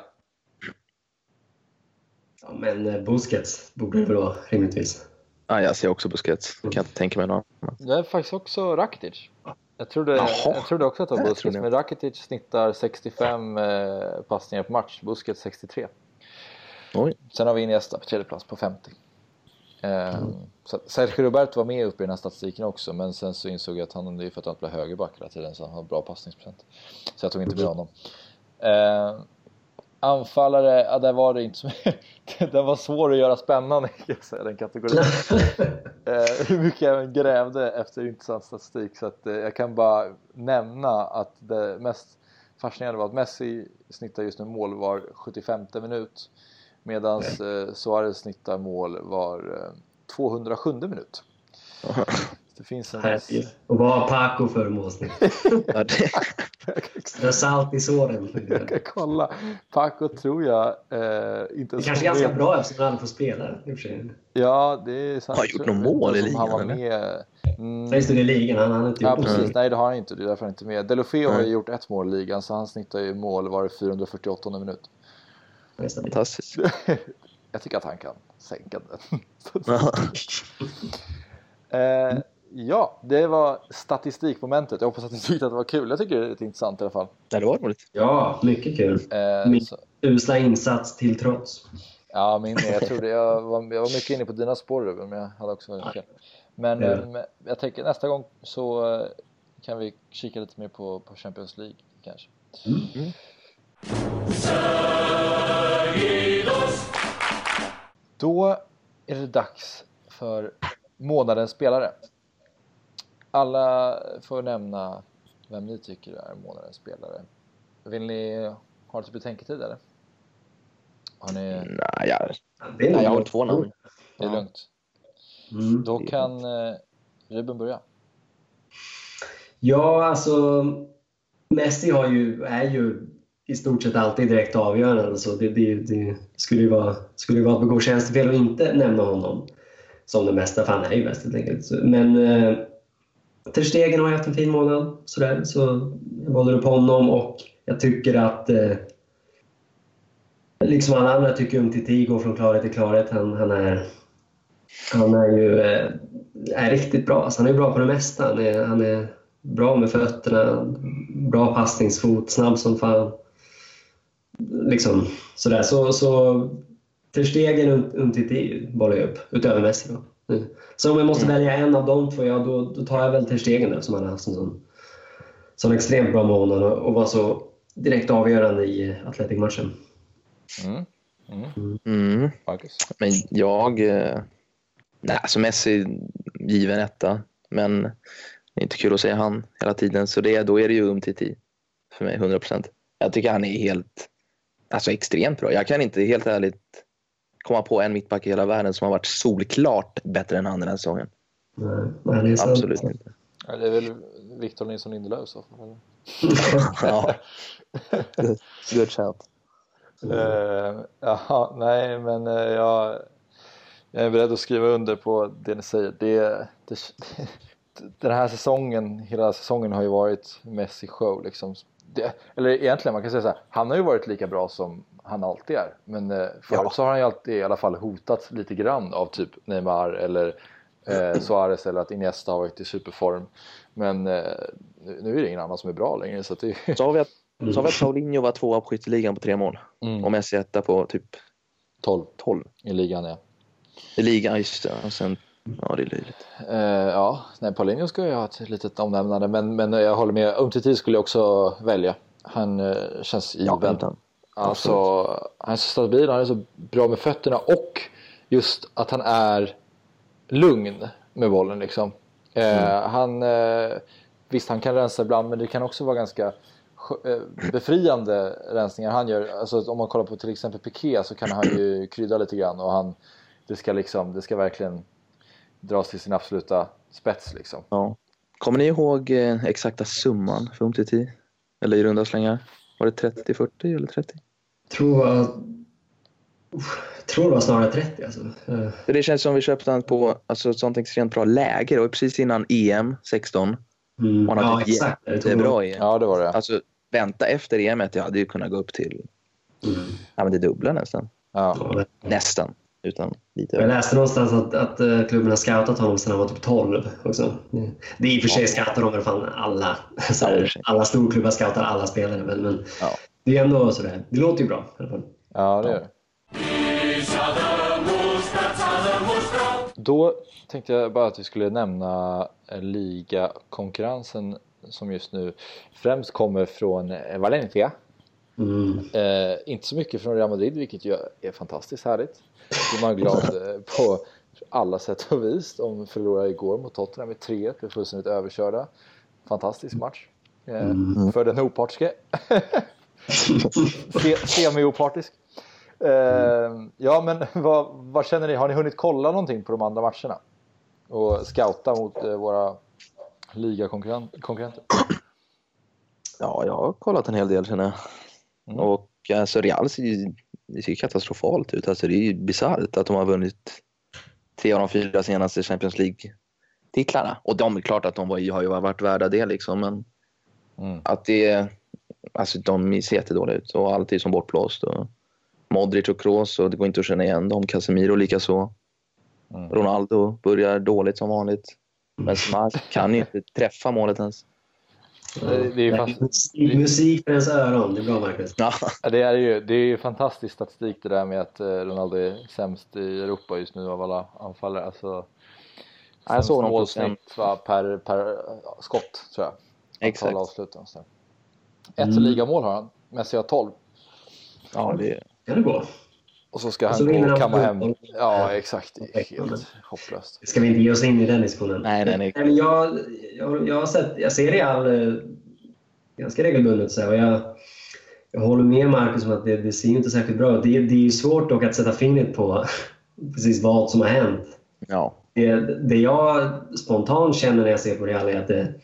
Ja, men Busquets borde det väl vara rimligtvis. Ja, jag ser också Busquets. Jag kan inte tänka mig någon. Jag är faktiskt också Rakitic. Jag trodde, jag trodde också att det var Busquets, men Rakitic snittar sextiofem eh, passningar på match, Busquets sextiotre. Oj. Sen har vi Iniesta på tredje plats på femtio. Eh, mm. Så Sergio Roberto var med uppe i den här statistiken också, men sen så insåg jag att han, det är för att han blev högerback hela tiden, så han har bra passningsprocent. Så jag tog inte med honom. Eh, anfallare, ja, där var det inte så den var svår att göra spännande, kan jag säga, den kategorin. eh, hur mycket jag grävde efter intressant statistik, så att eh, jag kan bara nämna att det mest fascinerande var att Messi snittar just nu mål var sjuttiofemte minut, medan eh, Suarez snittar mål var eh, tvåhundrasjunde minut. Det finns en viss... Och vad har Paco för målsnitt? Det är salt i såren. Jag kan kolla. Paco tror jag eh, inte... Det kanske är ganska bra eftersom han får spela. Ja, det är sant. Har gjort någon mål i ligan? Han var med... Mm. Sägs det i ligan? Han har inte ja, gjort precis. Mm. Nej, det har han inte. Det är därför han inte med. Delofeo mm. har ju gjort ett mål i ligan, så han snittar ju mål var fyrahundrafyrtioåttonde minut. Fantastiskt. Jag tycker att han kan sänka den. eh, ja, det var statistikmomentet. Jag hoppas att ni tyckte att det var kul. Jag tycker det är lite intressant i alla fall. Ja, det var roligt. Ja, mycket kul. Eh, Min så... usla insats till trots. Ja, min, jag trodde jag var, jag var mycket inne på dina spår, men jag hade också fel. Men ja. eh, jag tänker nästa gång så eh, kan vi kika lite mer på, på Champions League kanske. Mm. Mm. Då är det dags för månadens spelare. Alla får nämna vem ni tycker är månadens spelare. Vill ni ha lite betänketid eller? Har ni... Nej, jag, Nej, jag har två namn. Det är ja. lugnt. Mm. Då kan eh, Ruben börja. Ja, alltså Messi har ju, är ju i stort sett alltid direkt avgörande, så det, det, det skulle ju vara, skulle ju vara att begå tjänstefel och inte nämna honom som det mesta, för han är ju bäst helt enkelt. Men eh, Ter Stegen har haft en fin månad sådär, så jag håller på honom, och jag tycker att eh, liksom alla andra tycker om Titi går från klarhet till klarhet. Han, han är han är ju eh, är riktigt bra, alltså, han är bra på det mesta. Han är, han är bra med fötterna, bra passningsfot, snabb som fan. Liksom sådär. Så, så Ter Stegen och Umtiti bollar jag upp, utöver Messi då. Mm. Så om jag måste mm. välja en av de två, ja, då, då tar jag väl Ter Stegen där, som han har haft en sån, sån extremt bra månad och, och var så direkt avgörande i Athletic-matchen. Mm. Mm. Mm. Men jag... Nej, alltså Messi given etta, men det är inte kul att säga han hela tiden, så det, då är det ju Umtiti för mig, hundra procent. Jag tycker han är helt, alltså extremt bra. Jag kan inte helt ärligt komma på en mittback i hela världen som har varit solklart bättre än han den här säsongen. Nej, nej, det är absolut inte. Ja, det är väl Victor Nilsson Lindelöf så. Ja. Good shout. Uh, ja, nej, men uh, jag, jag är beredd att skriva under på det ni säger. Det, det, den här säsongen, hela säsongen har ju varit Messi show liksom. Det, eller egentligen man kan säga så här, han har ju varit lika bra som han alltid är, men uh, förut ja. så har han ju alltid i alla fall hotat lite grann av typ Neymar eller uh, Suarez, eller att Iniesta har varit i superform. Men uh, nu är det ingen annan som är bra längre, så att det så har vi att Mm. Så har vi att Paulinho var tvåa på skytteligan på tre mål. Mm. Och Messi etta på typ tolv. tolv. I ligan, ja. I ligan, just det. Och sen, ja, det är löjligt. Uh, ja, nej, Paulinho ska jag ha ett litet omnämnande. Men, men jag håller med. Umtiti skulle jag också välja. Han uh, känns given. Ja, Alltså, han är så stabil, han är så bra med fötterna och just att han är lugn med bollen liksom. Mm. Eh, han, eh, visst han kan rensa ibland, men det kan också vara ganska eh, befriande rensningar han gör. Alltså om man kollar på till exempel Piqué så kan han ju krydda lite grann och han, det ska liksom, det ska verkligen dras till sin absoluta spets liksom. Ja. Kommer ni ihåg eh, exakta summan för Umtiti? Eller i runda slängar? Var det trettio fyrtio eller trettio? Tror jag tror det var snarare trettio alltså. Uh. Det känns som vi köpte han på alltså, ett sånt extremt bra läge. Det var precis innan E M sexton. Mm. Han ja, exakt. Det är bra E M. Ja, det var det. Alltså, vänta efter E M ett, jag hade ju kunnat gå upp till mm. ja, men det dubbla nästan. Ja. Ja, nästan. Utan lite. Jag läste någonstans att, att uh, klubben har scoutat honom sedan han var typ tolv också. Mm. Det är i och för sig scoutar de fan alla. Så här, alla storklubbar scoutar alla spelare. Men, men ja. det är ändå sådär. Det låter ju bra i alla fall. Ja, det gör det. Då tänkte jag bara att vi skulle nämna ligakonkurrensen som just nu främst kommer från Valencia. Mm. Eh, inte så mycket från Real Madrid, vilket ju är fantastiskt härligt. Då är man glad på alla sätt och vis. De förlorade igår mot Tottenham med tre ett, blev fullständigt överkörda. Fantastisk match. Eh, mm. För den opartiske. Semi-opartisk. Uh, ja, men vad, vad känner ni? Har ni hunnit kolla någonting på de andra matcherna? Och scouta mot uh, våra ligakonkurrenter? Ja, jag har kollat en hel del känner jag. Mm. Och alltså Real ser ju, det ser ju katastrofalt ut. Alltså det är ju bizarrt att de har vunnit tre av de fyra senaste Champions League-titlarna. Och de är klart att de var, har ju varit värda det liksom. Men mm. att det, alltså de ser jättedåliga ut. Och alltid som bortblåst och Modric och Kroos, och det går inte att känna igen dem. Casemiro lika så. Mm. Ronaldo börjar dåligt som vanligt. Men man kan ju inte träffa målet ens. Det, det är ju fast... Musik för ens öron, det är bra Marcus. Ja. Det är ju det är ju fantastisk statistik det där med att Ronaldo är sämst i Europa just nu av alla anfallare. Alltså, jag såg målsnitt per, per skott tror jag. Exakt. Ett mm. ligamål har han, Messi har tolv. Ja, det kan det gå. Och så ska han så gå och kamma hem. Ja, exakt. Det är helt hopplöst. Ska vi inte ge oss in i den diskussionen? Nej, nej, nej. nej men jag, jag, jag har sett, jag ser Real eh, ganska regelbundet så här, och jag, jag håller med Marcus om att det, det ser inte särskilt bra ut. Det, det är ju svårt dock att sätta fingret på precis vad som har hänt. Ja. Det, det jag spontant känner när jag ser på Real är att det,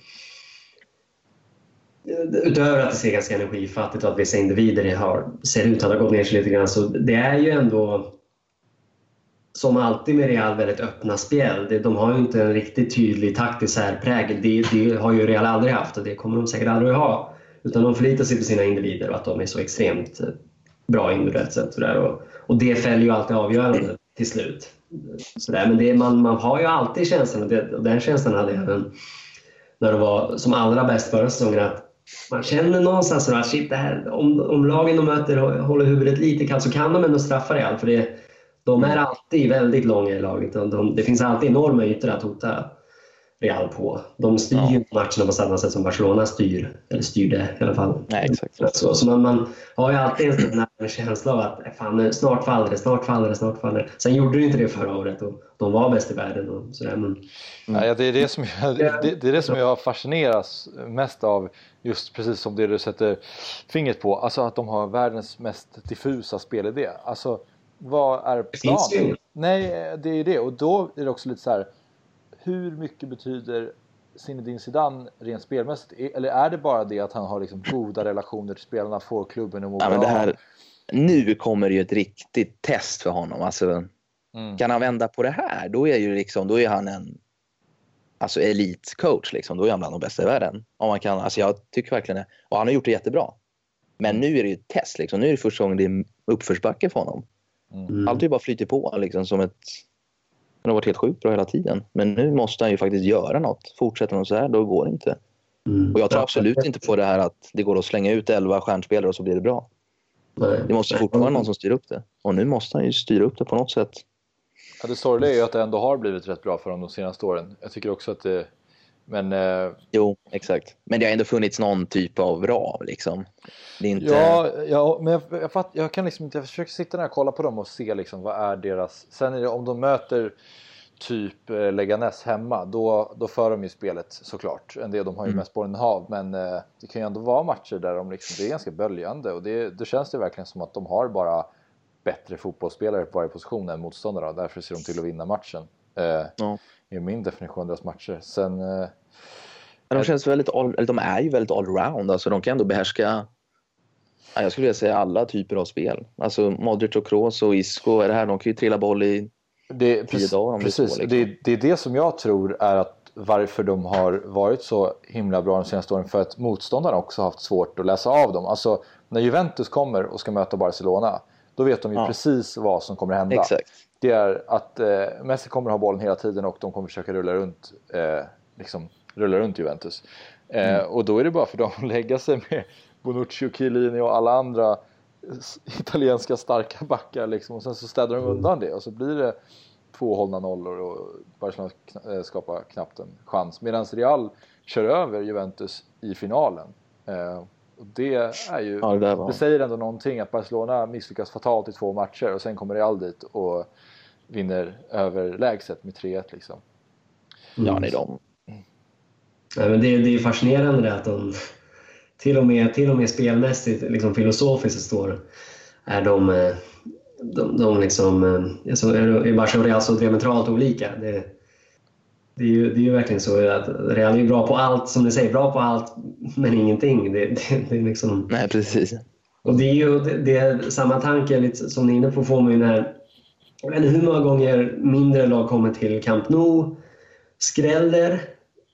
utöver att det ser ganska energifattigt och att vissa individer har, ser ut att ha gått ner sig lite grann, så det är ju ändå som alltid med Real väldigt öppna spel. De har ju inte en riktigt tydlig taktisk särprägel. Det, det har ju Real aldrig haft och det kommer de säkert aldrig ha. Utan de förlitar sig på sina individer och att de är så extremt bra individuellt sett. Och, och det fäller ju alltid avgörande till slut. Sådär. Men det, man, man har ju alltid känslan, och, det, och den känslan hade jag även när det var som allra bäst förra säsongen, att man känner någonstans att shit, det här, om, om lagen de möter håller huvudet lite kallt så kan de ändå straffa Real, för det, de är alltid väldigt långa i laget och de, det finns alltid enorma ytor att hota Real på. De styr ju ja. matcherna på samma sätt som Barcelona styr, eller styrde i alla fall. Nej, exakt. Så, så man, man har ju alltid en sån här känsla av att fan, snart faller det, snart faller det, snart faller det. Sen gjorde du inte det förra året och de var bäst i världen och sådär. Men... Mm. Ja, det, är det, som jag, det, det är det som jag fascineras mest av, just precis som det du sätter fingret på. Alltså att de har världens mest diffusa spelidé. Alltså, vad är planen? Nej, det är det. Och då är det också lite så här, hur mycket betyder Zinedine Zidane rent spelmässigt? Eller är det bara det att han har liksom goda relationer till spelarna, får klubben att må ja, men det här, nu kommer det ju ett riktigt test för honom. Alltså, mm. kan han vända på det här, då är, ju liksom, då är han en alltså elitcoach. Liksom. Då är han bland de bästa i världen. Om man kan, alltså jag tycker verkligen det. Och han har gjort det jättebra. Men nu är det ju ett test. Liksom. Nu är det första gången det är uppförsbacke för honom. Mm. Allt är ju bara flyter på liksom, som ett... Han har varit helt sjukt bra hela tiden. Men nu måste han ju faktiskt göra något. Fortsätter han så här, då går det inte. Mm. Och jag tror absolut inte på det här att det går att slänga ut elva stjärnspelare och så blir det bra. Nej. Det måste fortfarande vara någon som styr upp det. Och nu måste han ju styra upp det på något sätt. Ja, det sorgliga är ju att det ändå har blivit rätt bra för dem de senaste åren. Jag tycker också att det, Men, eh, jo, exakt. Men det har ändå funnits någon typ av ram liksom. Det är inte... Ja, ja, men jag, jag, fatt, jag kan liksom inte, jag försöker sitta där och kolla på dem och se liksom vad är deras, sen är det, om de möter typ eh, Leganes hemma, då, då för de ju spelet såklart. En del, de har ju mm. mest bollen i hav, men eh, det kan ju ändå vara matcher där de liksom, det är ganska böljande och det, det känns det verkligen som att de har bara bättre fotbollsspelare på varje position än motståndare och därför ser de till att vinna matchen. Eh, ja. Det är min definition av deras matcher. Sen... Eh, men de känns väldigt all, eller de är ju väldigt allround, alltså de kan ändå behärska, jag skulle vilja säga alla typer av spel. Alltså Modric och Kroos och Isco, är det här, de kan ju trilla boll i det, tio dagar om precis, det är så. Liksom. Det, det är det som jag tror är att varför de har varit så himla bra de senaste åren, för att motståndarna också har haft svårt att läsa av dem. Alltså när Juventus kommer och ska möta Barcelona, då vet de ju ja. precis vad som kommer hända. Exakt. Det är att eh, Messi kommer ha bollen hela tiden och de kommer försöka rulla runt eh, liksom rulla runt Juventus. Eh, mm. Och då är det bara för dem att lägga sig med Bonucci och Chiellini och alla andra italienska starka backar liksom, och sen så städar de undan det och så blir det två hållna nollor och Barcelona kn- skapar knappt en chans, medan Real kör över Juventus i finalen. Eh, och det är ju ja, det, var... det säger ändå någonting att Barcelona misslyckas fatalt i två matcher och sen kommer Real dit och vinner överlägset med tre ett liksom. Mm. Ja, det är de. Ja, men det, det är fascinerande det att de till och med, till och med spelmässigt, liksom filosofiskt står är de, de, de liksom, alltså, är Barcelona och Real så diametralt olika. Det, det, är ju, det är ju verkligen så att Real är bra på allt, som ni säger, bra på allt men ingenting. Det, det, det är liksom... Nej, precis. Och det är ju det, det är samma tanke lite, som ni är inne på, får man ju när, jag vet inte hur många gånger mindre lag kommer till Camp Nou, skräller.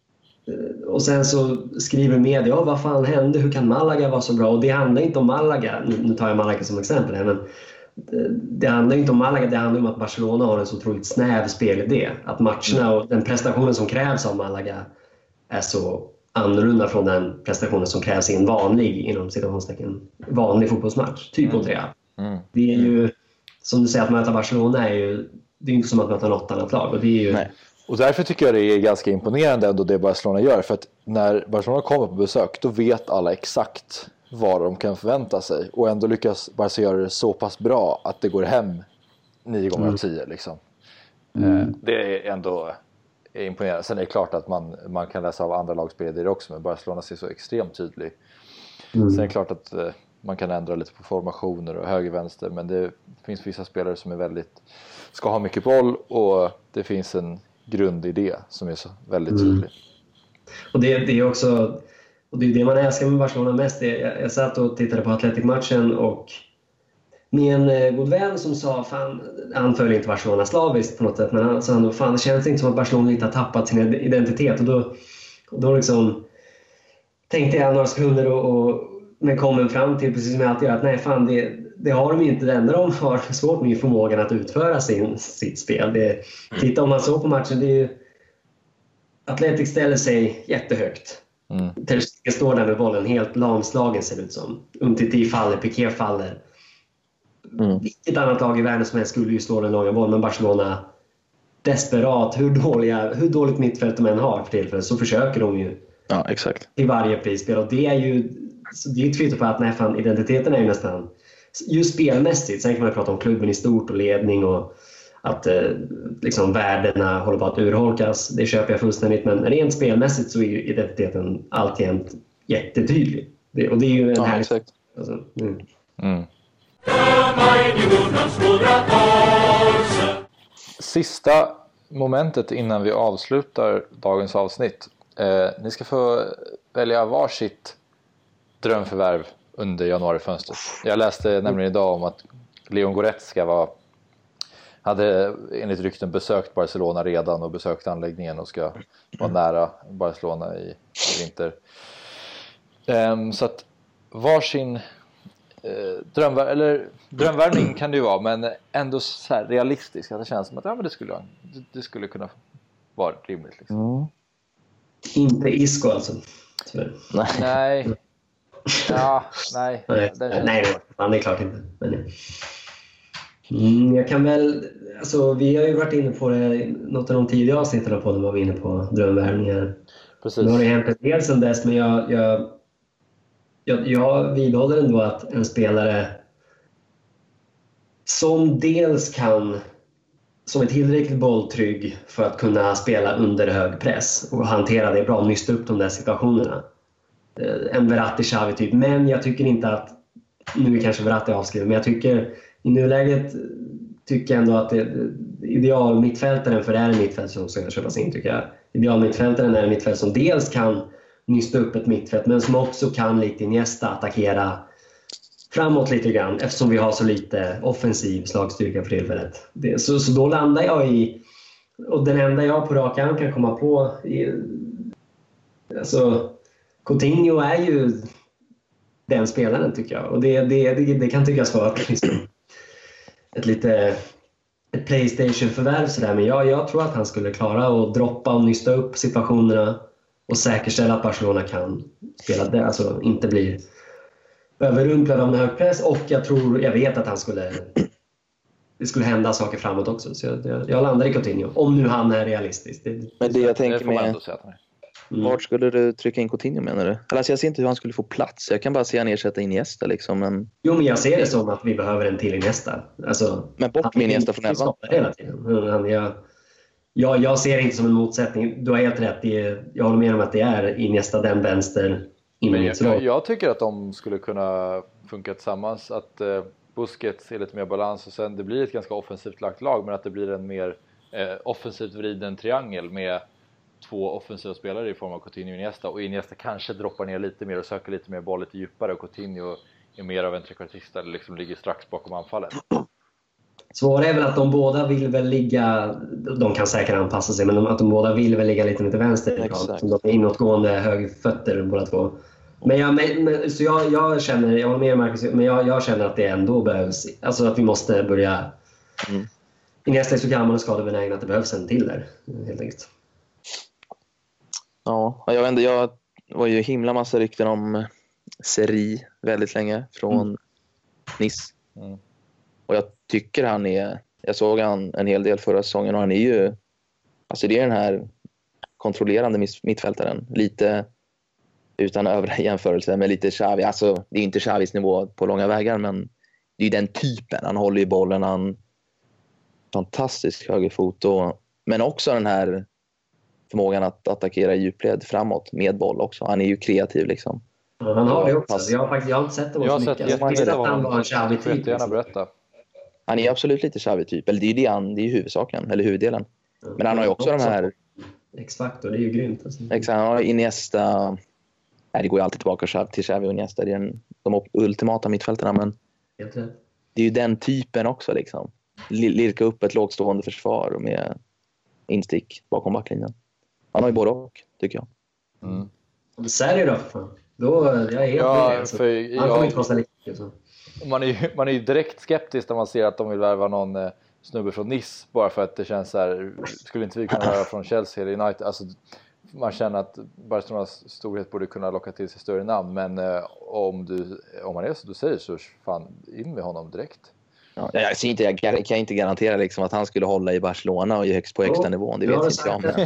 Och sen så skriver media, ja, vad fan hände? Hur kan Malaga vara så bra? Och det handlar inte om Malaga, nu tar jag Malaga som exempel här, men det handlar inte om Malaga, det handlar om att Barcelona har en så otroligt snäv spelidé. Att matcherna och den prestationen som krävs av Malaga är så annorlunda från den prestationen som krävs i en vanlig, inom citationstecken, vanlig fotbollsmatch, typ mot Real. Mm. Det är ju, som du säger, att möta Barcelona är ju, det är inte som att möta något annat lag. Och det är ju... Nej. Och därför tycker jag det är ganska imponerande ändå det Barcelona gör. För att när Barcelona kommer på besök, då vet alla exakt vad de kan förvänta sig. Och ändå lyckas Barca göra det så pass bra att det går hem nio gånger av tio. Liksom. Mm. Det är ändå imponerande. Sen är det klart att man, man kan läsa av andra lagspel i det också. Men Barcelona ser så extremt tydlig. Mm. Sen är det klart att man kan ändra lite på formationer och höger-vänster. Men det finns vissa spelare som är väldigt, ska ha mycket boll. Och det finns en grundidé som är så väldigt tydlig. Mm. Och det, det är också, och det är det man älskar med Barcelona mest. Jag, jag satt och tittade på Athletic-matchen och med en god vän som sa, fan, han följer inte Barcelona slaviskt på något sätt, men han sa, fan, det känns inte som att Barcelona inte har tappat sin identitet. Och då, och då liksom tänkte jag några sekunder och, och men kommer fram till, precis som jag alltid gör, att nej, fan, det, det har de inte. Det enda de har svårt med förmågan att utföra sin, sitt spel. Det, titta, om man såg på matchen, det är ju, Athletic ställer sig jättehögt. Mm. Ter Stegen står där med bollen helt lamslagen, ser det ut som. Umtiti faller, Piqué faller. Mm. Vilket annat lag i världen som helst skulle ju slå den långa bollen, men Barcelona desperat, hur, dåliga, hur dåligt mittfält de än har för tillfället, så försöker de ju ja, exakt. i varje prisspel. Och det är ju, så det är ett kvitto på att nej, fan, identiteten är ju nästan just spelmässigt. Sen kan man prata om klubben i stort och ledning och att eh, liksom värdena håller på att urholkas. Det köper jag fullständigt, men rent spelmässigt så är ju identiteten alltjämt jättetydlig. Det, och det är ju en ja, här... exakt. Alltså, mm. Mm. Sista momentet innan vi avslutar dagens avsnitt. Eh, ni ska få välja varsitt drömförvärv under januarifönstret. Jag läste nämligen idag om att Leon Goretzka var, hade enligt rykten besökt Barcelona redan och besökt anläggningen och ska vara nära Barcelona i, i vinter. Um, så att varsin eh, drömvärv, eller drömvärvning kan det ju vara, men ändå så här realistisk, att det känns som att ja, men det, skulle, det, det skulle kunna vara rimligt. Liksom. Mm. Inte Isco alltså. Nej. Nej. Ja, nej. Nej, nej, nej, det är klart inte. Men, mm, jag kan väl, alltså, vi har ju varit inne på det, något av de tidiga avsnitten på podden var vi inne på drömvärvningar. Precis. Nu har det hänt en del sedan dess, men jag, jag, jag, jag vidhåller ändå att en spelare som dels kan, som är tillräckligt bolltrygg för att kunna spela under hög press och hantera det bra, nysta upp de där situationerna. En Verratti-Xavi typ, men jag tycker inte att, nu är kanske Verratti avskriven, men jag tycker i nuläget tycker jag ändå att det, ideal mittfältaren, för det är en mittfält som ska köpas in tycker jag. Ideal mittfältaren är en mittfält som dels kan nysta upp ett mittfält, men som också kan likt Iniesta attackera framåt lite grann, eftersom vi har så lite offensiv slagstyrka för tillfället. Det, så, så då landar jag i, och den enda jag på rak arm kan komma på i, alltså Coutinho är ju den spelaren tycker jag, och det, det, det, det kan tyckas vara liksom ett lite ett PlayStation-förvärv sådär, men jag, jag tror att han skulle klara att droppa och nysta upp situationerna och säkerställa att Barcelona kan spela det, alltså inte blir överrumplad av en hög press, och jag tror, jag vet att han skulle det skulle hända saker framåt också, så jag, jag, jag landar i Coutinho, om nu han är realistisk. Det, men det jag tänker det får man med, ändå säga att han är. Mm. Vart skulle du trycka in Coutinho menar du? Alltså jag ser inte hur han skulle få plats. Jag kan bara se han ersätta Iniesta liksom, men... Jo, men jag ser det som att vi behöver en till Iniesta. Alltså, men bort med Iniesta från elvan. Hela tiden. Jag, jag, jag ser det inte som en motsättning. Du har helt rätt. Det, jag håller med om att det är Iniesta den vänster men jag, jag, jag tycker att de skulle kunna funka tillsammans. Att eh, Busquets är lite mer balans och sen det blir ett ganska offensivt lagt lag, men att det blir en mer eh, offensivt vriden triangel med två offensiva spelare i form av Coutinho och Iniesta, och Iniesta kanske droppar ner lite mer och söker lite mer boll lite djupare, och Coutinho är mer av en trekvartist eller liksom ligger strax bakom anfallet. Svårare är väl att de båda vill väl ligga, de kan säkert anpassa sig, men att de båda vill väl ligga lite till vänster. Exakt. De är inåtgående högfötter båda två. Men jag, men, så jag, jag känner, jag håller med Marcus, men jag, jag känner att det ändå behövs, alltså att vi måste börja mm. Iniesta är så gammal och skadebenägen att det behövs en till där, helt enkelt. Ja, jag vet inte, jag var ju himla massa rykten om Seri väldigt länge från mm. Nice. Mm. Och jag tycker han är, jag såg han en hel del förra säsongen, och han är ju, alltså det är den här kontrollerande mittfältaren, lite utan övriga jämförelser, med lite Xavi, alltså det är inte Xavis nivå på långa vägar, men det är den typen, han håller i bollen, han fantastisk högerfot, och, men också den här förmågan att attackera i djupled framåt med boll också. Han är ju kreativ liksom. Ja, han har det också. Jag har, faktiskt, jag har inte sett det så mycket. Jag visste att han var en Xavi-typ. Gärna berätta. Han är absolut lite Xavi-typ. Eller det är ju det han, det är ju huvudsaken, eller huvuddelen. Ja, men han har ju också, också de här... X-faktor, det är ju grymt. Alltså. Exakt, han har Iniesta... Nej, det går ju alltid tillbaka till Xavi och Iniesta. Det är en, de ultimata mittfältarna, men det är ju den typen också liksom. Lirka upp ett lågstående försvar med instick bakom backlinjen. Han har ju både och, tycker jag. Mm. Särskilt då, fan. Då jag är helt ja, med. Alltså. För, han kommer ja, inte kosta lika mycket. Så. Man är ju man är ju direkt skeptisk när man ser att de vill värva någon eh, snubbe från Nice, bara för att det känns så här, skulle inte vi kunna värva från Chelsea eller United? Alltså, man känner att Barcelonas storhet borde kunna locka till sig större namn, men eh, om, du, om man är så du säger så fan in med honom direkt. Ja, jag, ser inte, jag kan inte garantera liksom att han skulle hålla i Barcelona och ge högst på högsta nivån. Det vet inte jag. Men...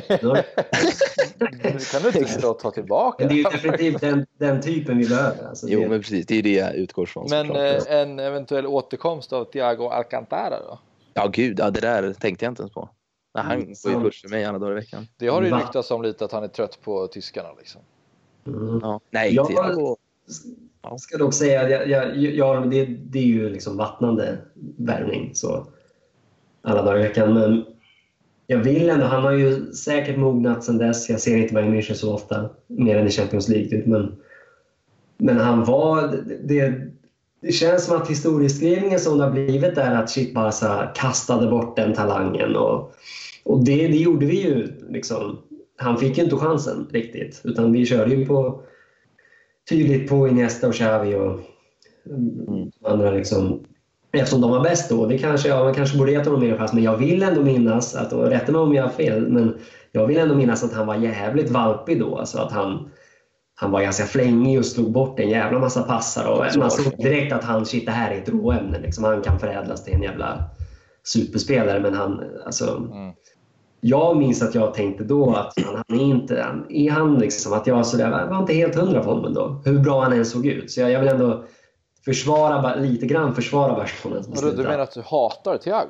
kan du inte stå och ta tillbaka? Men det är ju definitivt den, den typen vi behöver. Alltså, jo, det... men precis. Det är det jag utgår från. Men eh, en eventuell återkomst av Thiago Alcantara då? Ja, gud. Ja, det där tänkte jag inte ens på. Nej, han mm, går ju först för mig alla dagar i veckan. Det har ju ryktats om lite att han är trött på tyskarna liksom. Mm. Ja. Nej, jag Thiago... Ja. Ska dock säga att jag, jag, jag, det, det är ju liksom vattnande värvning så alla dagar i veckan, men jag vill ändå, han har ju säkert mognat sedan dess. Jag ser inte Bayern München så ofta mer än i Champions League, men, men han var det, det känns som att historieskrivningen som det har blivit är att shit bara så här, kastade bort den talangen, och, och det, det gjorde vi ju liksom. Han fick ju inte chansen riktigt, utan vi körde ju på tydligt på Iniesta och Xavi och mm. andra liksom, eftersom de var bäst då. Det kanske, ja, man kanske borde ge honom mer chans, men jag vill ändå minnas att, och rätta mig om jag har fel, men jag vill ändå minnas att han var jävligt valpig då, alltså att han han var ganska flängig och slog bort en jävla massa passar, och man såg direkt att han, shit, det här är ett råämne liksom. Han kan förädlas till en jävla superspelare, men han alltså mm. jag minns att jag tänkte då att han, han är inte, han, är han liksom, att jag så där, var inte helt hundra på honom då, hur bra han än såg ut. Så jag, jag vill ändå försvara, lite grann försvara Barcelonas beslut. Du menar att du hatar Thiago?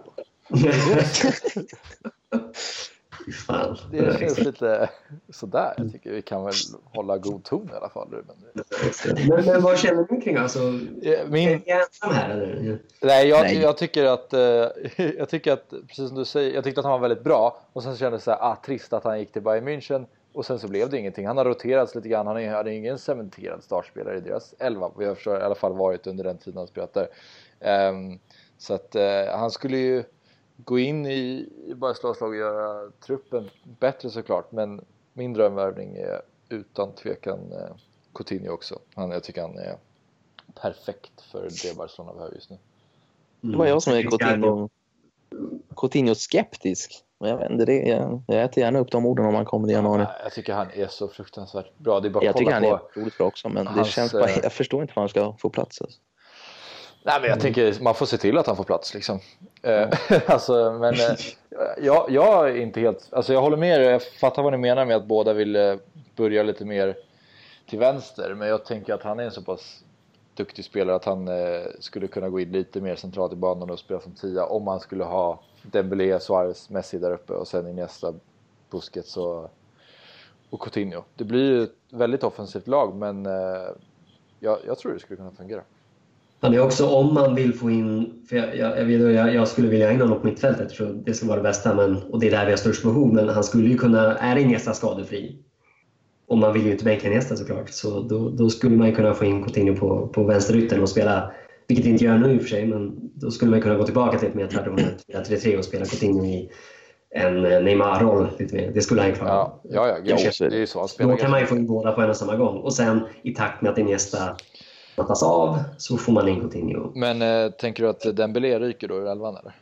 Fan. Det känns lite sådär. Jag tycker vi kan väl hålla god ton i alla fall. Men, men, men vad känner du kring alltså? Min... Är jag ensam här eller? Nej, jag, Nej. jag tycker att jag tycker att precis som du säger, jag tyckte att han var väldigt bra och sen kändes det så här, ah, trist att han gick till Bayern München och sen så blev det ingenting. Han har roterats lite grann. Han hade ingen cementerad startspelare i deras elva. Vi har förstår, i alla fall varit under den tiden han spelat där. Um, så att uh, han skulle ju gå in i, i bara slåslag och göra truppen bättre såklart. Men min drömvärvning är utan tvekan eh, Coutinho också. Han, jag tycker han är perfekt för det Barcelona behöver just nu. Det var jag som är Coutinho, Coutinho skeptisk. Men jag vet inte, det, jag, jag äter gärna upp de orden om man kommer i januari. Ja, jag tycker han är så fruktansvärt bra. Det är bara jag tycker han på är roligt bra också, men hans, det känns bara, jag förstår inte hur han ska få plats. Alltså. Nej, men jag tycker man får se till att han får plats liksom. Mm. alltså, men jag, jag är inte helt, alltså jag håller med er, jag fattar vad ni menar med att båda vill börja lite mer till vänster, men jag tänker att han är en så pass duktig spelare att han eh, skulle kunna gå in lite mer centralt i banan och spela som tia om man skulle ha Dembélé, Suarez, Messi där uppe och sen i nästa Busquets och, och Coutinho. Det blir ju ett väldigt offensivt lag, men eh, jag, jag tror det skulle kunna fungera. Han är också, om man vill få in, för jag, jag, jag, jag, jag skulle vilja ägna honom på mittfältet, jag tror det ska vara det bästa, men, och det är där vi har störst behov, men han skulle ju kunna, är Iniesta skadefri, och man vill ju inte bänka Iniesta såklart, så då, då skulle man ju kunna få in Coutinho på, på vänsterytten och spela, vilket inte gör nu i och för sig, men då skulle man kunna gå tillbaka till ett mer traditionellt fyra tre tre och spela Coutinho i en Neymar-roll lite mer. Det skulle han klara. Ja, ja, ja, ja det är ju så han spelar. Då kan man ju få in båda på en och samma gång, och sen i takt med att Iniesta mattas av så får man in Coutinho. Men eh, tänker du att Dembélé ryker då i elvan eller?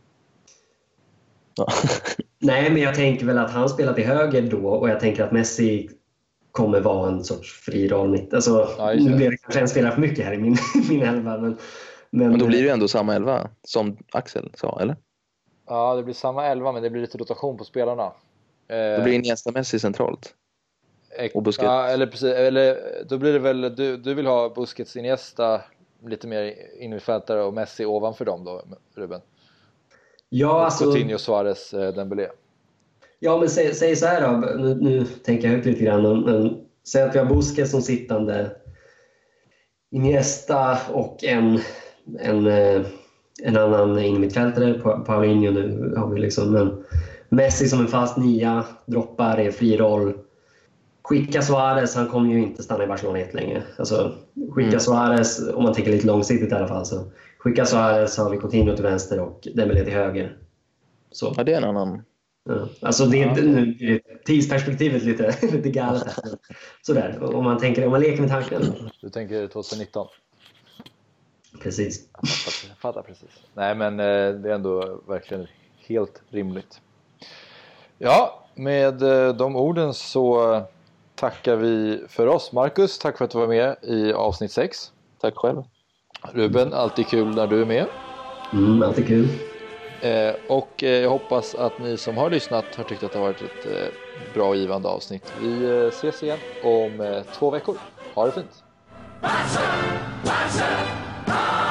Ja. Nej, men jag tänker väl att han spelar till höger då, och jag tänker att Messi kommer vara en sorts fri roll mitt. Alltså, ja, nu blir det kanske en spelare för mycket här i min, min elva. Men, men, men då blir det ju ändå samma elva som Axel sa, eller? Ja, det blir samma elva, men det blir lite rotation på spelarna. Eh, då blir Iniesta Messi centralt. Och Busquets. Ja, eller precis, eller då blir det väl du, du vill ha Busquets, Iniesta lite mer innerfältare och Messi ovanför dem då, Ruben. Ja, alltså Coutinho, Suarez, Dembélé. Ja, men säg, säg så här då, nu, nu tänker jag högt lite grann, men säg att vi har Busquets som sittande, Iniesta och en en, en annan innermittfältare, Paulinho nu har vi liksom, men Messi som en fast nia, droppar i fri roll. Skicka Suarez, han kommer ju inte stanna i Barcelona jättelänge. Alltså, skicka mm. Suarez, om man tänker lite långsiktigt i alla fall. Så skicka Suarez, så har vi Coutinho till vänster och Dembélé till höger. Så. Ja, det är en annan. Ja. Alltså, det är nu tidsperspektivet lite, lite galet. Sådär, om man, tänker, om man leker med tanken. Du tänker tjugonitton? Precis. Jag fattar, jag fattar precis. Nej, men det är ändå verkligen helt rimligt. Ja, med de orden så tackar vi för oss. Marcus, tack för att du var med i avsnitt sex. Tack själv. Ruben, alltid kul när du är med. Mm, alltid kul. Eh, och eh, jag hoppas att ni som har lyssnat har tyckt att det har varit ett eh, bra och givande avsnitt. Vi eh, ses igen om eh, två veckor. Ha det fint. Barca, Barca,